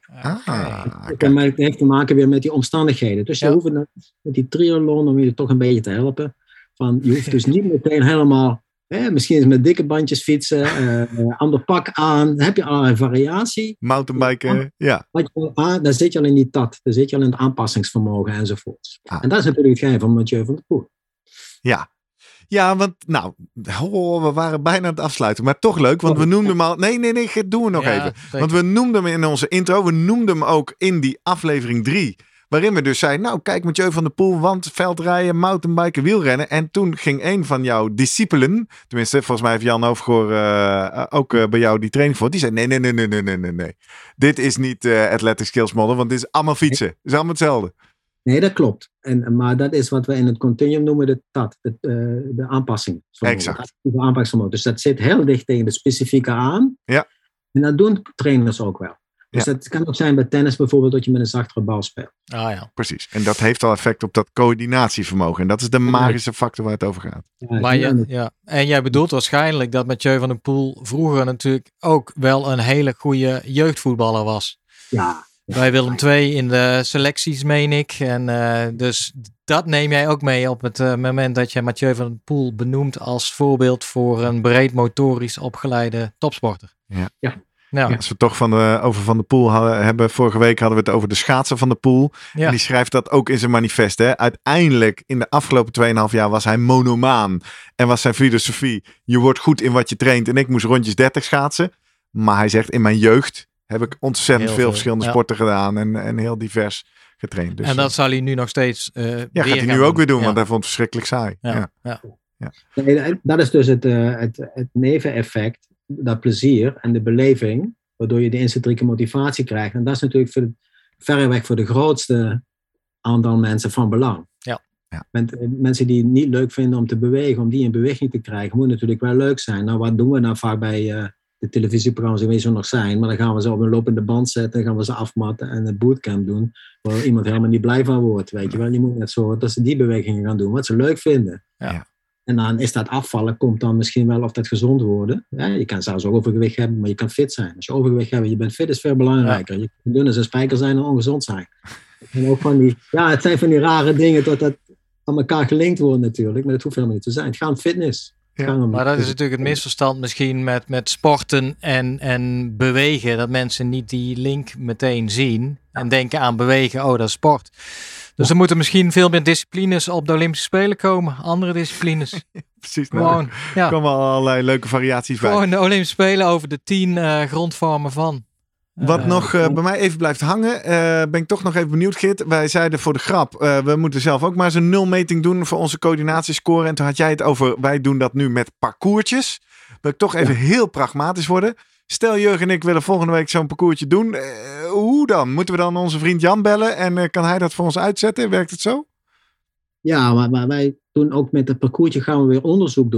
Ah, Het heeft te maken weer met die omstandigheden. Dus je Ja. hoeft het, met die triathlon om je toch een beetje te helpen. Van, je hoeft dus niet meteen helemaal... Hè, misschien eens met dikke bandjes fietsen, uh, ander pak aan. Dan heb je al een variatie. mountainbiken, ja. Wat je, ah, dan zit je al in die tat. Dan zit je al in het aanpassingsvermogen enzovoort. Ah. En dat is natuurlijk het geheim van Mathieu van der Poel. Ja. Ja, want nou, oh, we waren bijna aan het afsluiten. Maar toch leuk, want we noemden hem al... Nee, nee, nee, Geert, doen we nog Ja, even. zeker. Want we noemden hem in onze intro. We noemden hem ook in die aflevering drie. Waarin we dus zeiden, nou kijk Mathieu van der Poel, want veldrijden, mountainbiken, wielrennen. En toen ging een van jouw discipelen, tenminste volgens mij heeft Jan Hoofdgoor uh, ook uh, bij jou die training voor. Die zei, nee, nee, nee, nee, nee, nee, nee, nee. Dit is niet uh, Athletic Skills Model, want dit is allemaal fietsen. Het is allemaal hetzelfde. Nee, dat klopt. En, maar dat is wat we in het continuum noemen de T A T, de, uh, de aanpassing. Exact. De aanpassingsvermogen. Dus dat zit heel dicht tegen de specifieke aan. Ja. En dat doen trainers ook wel. Dus Ja. dat kan ook zijn bij tennis bijvoorbeeld dat je met een zachtere bal speelt. Ah ja. Precies. En dat heeft al effect op dat coördinatievermogen. En dat is de magische factor waar het over gaat. Ja, Maar ja, je, ja. En jij bedoelt waarschijnlijk dat Mathieu van der Poel vroeger natuurlijk ook wel een hele goede jeugdvoetballer was. ja. Bij Willem twee in de selecties, meen ik. En uh, dus dat neem jij ook mee op het uh, moment dat je Mathieu van der Poel benoemt als voorbeeld voor een breed motorisch opgeleide topsporter. Ja. Ja. Nou, Ja, als we het toch van de, over Van der Poel hadden, hebben, vorige week hadden we het over de schaatser van der Poel. ja. En die schrijft dat ook in zijn manifest. Hè? Uiteindelijk, in de afgelopen twee komma vijf jaar, was hij monomaan. En was zijn filosofie, je wordt goed in wat je traint. En ik moest rondjes dertig schaatsen. Maar hij zegt, in mijn jeugd heb ik ontzettend Heel veel, veel, verschillende ja. sporten gedaan. En, en heel divers getraind. Dus, En dat zal hij nu nog steeds uh, ja, weer gaat hij gaan nu ook weer doen, Ja. want hij vond het verschrikkelijk saai. Ja. Ja. Ja. Nee, dat is dus het, uh, het, het neveneffect, dat plezier en de beleving, waardoor je de intrinsieke motivatie krijgt. En dat is natuurlijk voor de, verreweg voor de grootste aantal mensen van belang. Ja. Ja. Men, mensen die het niet leuk vinden om te bewegen, om die in beweging te krijgen, moet natuurlijk wel leuk zijn. Nou, wat doen we nou vaak bij uh, de televisieprogramma's die zo nog zijn? Maar dan gaan we ze op een lopende band zetten, gaan we ze afmatten en een bootcamp doen, waar iemand helemaal niet blij van wordt. Weet je wel, je moet net zorgen dat ze die bewegingen gaan doen, wat ze leuk vinden. Ja. Ja. En dan is dat afvallen, komt dan misschien wel of dat gezond worden. Ja, je kan zelfs ook overgewicht hebben, maar je kan fit zijn. Als je overgewicht hebt, je bent fit, is veel belangrijker. Ja. Je kan dun als een spijker zijn en ongezond zijn. En ook van die, ja, het zijn van die rare dingen dat dat aan elkaar gelinkt wordt natuurlijk, maar dat hoeft helemaal niet te zijn. Het gaat om fitness. Ja, gaat om Maar dat is natuurlijk het misverstand misschien met, met sporten en, en bewegen. Dat mensen niet die link meteen zien en denken aan bewegen, oh dat is sport. Dus er moeten misschien veel meer disciplines op de Olympische Spelen komen. Andere disciplines. Precies. Nou, Gewoon, ja. er komen allerlei leuke variaties bij. Gewoon de Olympische Spelen over de tien uh, grondvormen van. Wat Uh, nog uh, bij mij even blijft hangen, uh, ben ik toch nog even benieuwd, Geert. Wij zeiden voor de grap, uh, we moeten zelf ook maar eens een nulmeting doen voor onze coördinatiescore. En toen had jij het over, wij doen dat nu met parcoursjes. Wil ik toch even ja. heel pragmatisch worden. Stel Jurgen en ik willen volgende week zo'n parcoursje doen. Uh, hoe dan? Moeten we dan onze vriend Jan bellen en uh, kan hij dat voor ons uitzetten? Werkt het zo? Ja, maar, maar wij doen ook met het parcoursje gaan we weer onderzoek doen.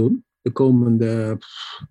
de komende,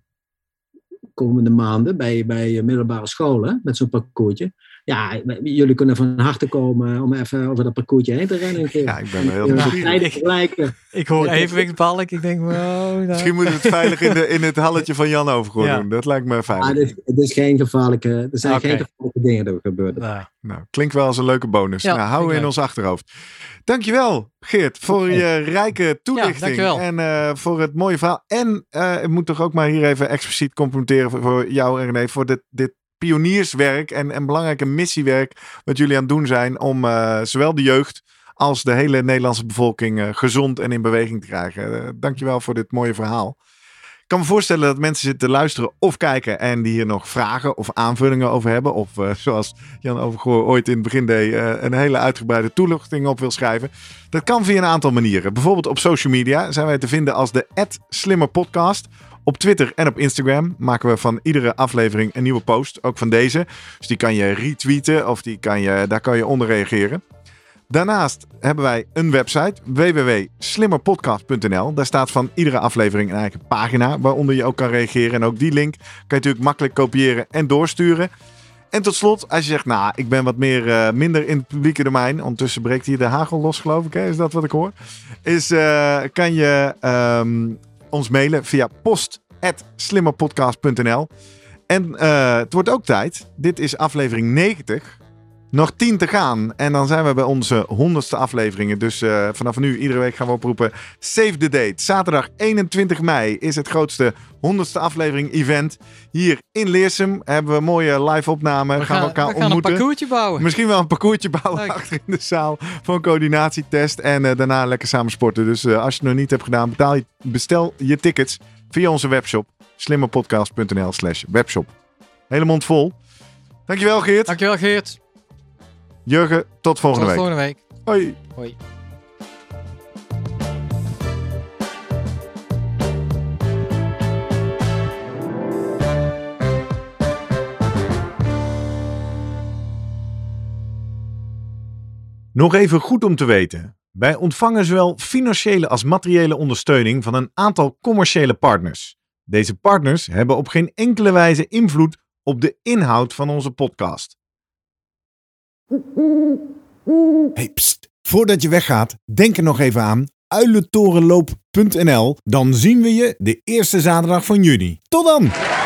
komende maanden bij, bij middelbare scholen met zo'n parcoursje. Ja, jullie kunnen van harte komen om even over dat parcoursje heen te rennen. Ja, ik ben er heel nieuwsgierig. Ja, ik hoor evenwichtsbalk. Ik denk, wow, nou. Misschien moeten we het veilig in, de, in het halletje van Jan Overgoor ja. doen. Dat lijkt me veilig. Ah, het, is, het is geen gevaarlijke, er zijn okay. geen gevaarlijke dingen die er gebeuren. Nou, nou, klinkt wel als een leuke bonus. Ja, nou, houden we in ons achterhoofd. Dankjewel, Geert, voor okay. je rijke toelichting. Ja, en uh, voor het mooie verhaal. En uh, ik moet toch ook maar hier even expliciet complimenteren voor, voor jou, René, voor dit, dit pionierswerk en, en belangrijke missiewerk wat jullie aan het doen zijn om uh, zowel de jeugd als de hele Nederlandse bevolking uh, gezond en in beweging te krijgen. Uh, dankjewel voor dit mooie verhaal. Ik kan me voorstellen dat mensen zitten te luisteren of kijken en die hier nog vragen of aanvullingen over hebben. Of uh, zoals Jan Overgoor ooit in het begin deed, uh, een hele uitgebreide toelichting op wil schrijven. Dat kan via een aantal manieren. Bijvoorbeeld op social media zijn wij te vinden als de at slimmerpodcast. Op Twitter en op Instagram maken we van iedere aflevering een nieuwe post. Ook van deze. Dus die kan je retweeten of die kan je, daar kan je onder reageren. Daarnaast hebben wij een website, w w w punt slimmerpodcast punt n l. Daar staat van iedere aflevering een eigen pagina waaronder je ook kan reageren. En ook die link kan je natuurlijk makkelijk kopiëren en doorsturen. En tot slot, als je zegt, nou, ik ben wat meer, uh, minder in het publieke domein. Ondertussen breekt hier de hagel los, geloof ik. Hè? Is dat wat ik hoor? Is, uh, kan je um, ons mailen via post at slimmerpodcast punt n l. En uh, het wordt ook tijd. Dit is aflevering negentig. Nog tien te gaan. En dan zijn we bij onze honderdste afleveringen. Dus uh, vanaf nu, iedere week gaan we oproepen. Save the date. Zaterdag eenentwintig mei is het grootste honderdste aflevering event. Hier in Leersum hebben we een mooie live opname. We gaan, gaan we elkaar we gaan ontmoeten. een parcoursje bouwen. Misschien wel een parcoursje bouwen Leuk. achter in de zaal. Voor een coördinatietest. En uh, daarna lekker samen sporten. Dus uh, als je het nog niet hebt gedaan, betaal je, bestel je tickets via onze webshop. slimmerpodcast punt n l slash webshop. Hele mond vol. Dankjewel, Geert. Dankjewel, Geert. Jurgen, tot volgende tot week. volgende week. Hoi. Hoi. Nog even goed om te weten. Wij ontvangen zowel financiële als materiële ondersteuning van een aantal commerciële partners. Deze partners hebben op geen enkele wijze invloed op de inhoud van onze podcast. Hey, pst. Voordat je weggaat, denk er nog even aan uilentorenloop punt n l. Dan zien we je de eerste zaterdag van juni. Tot dan!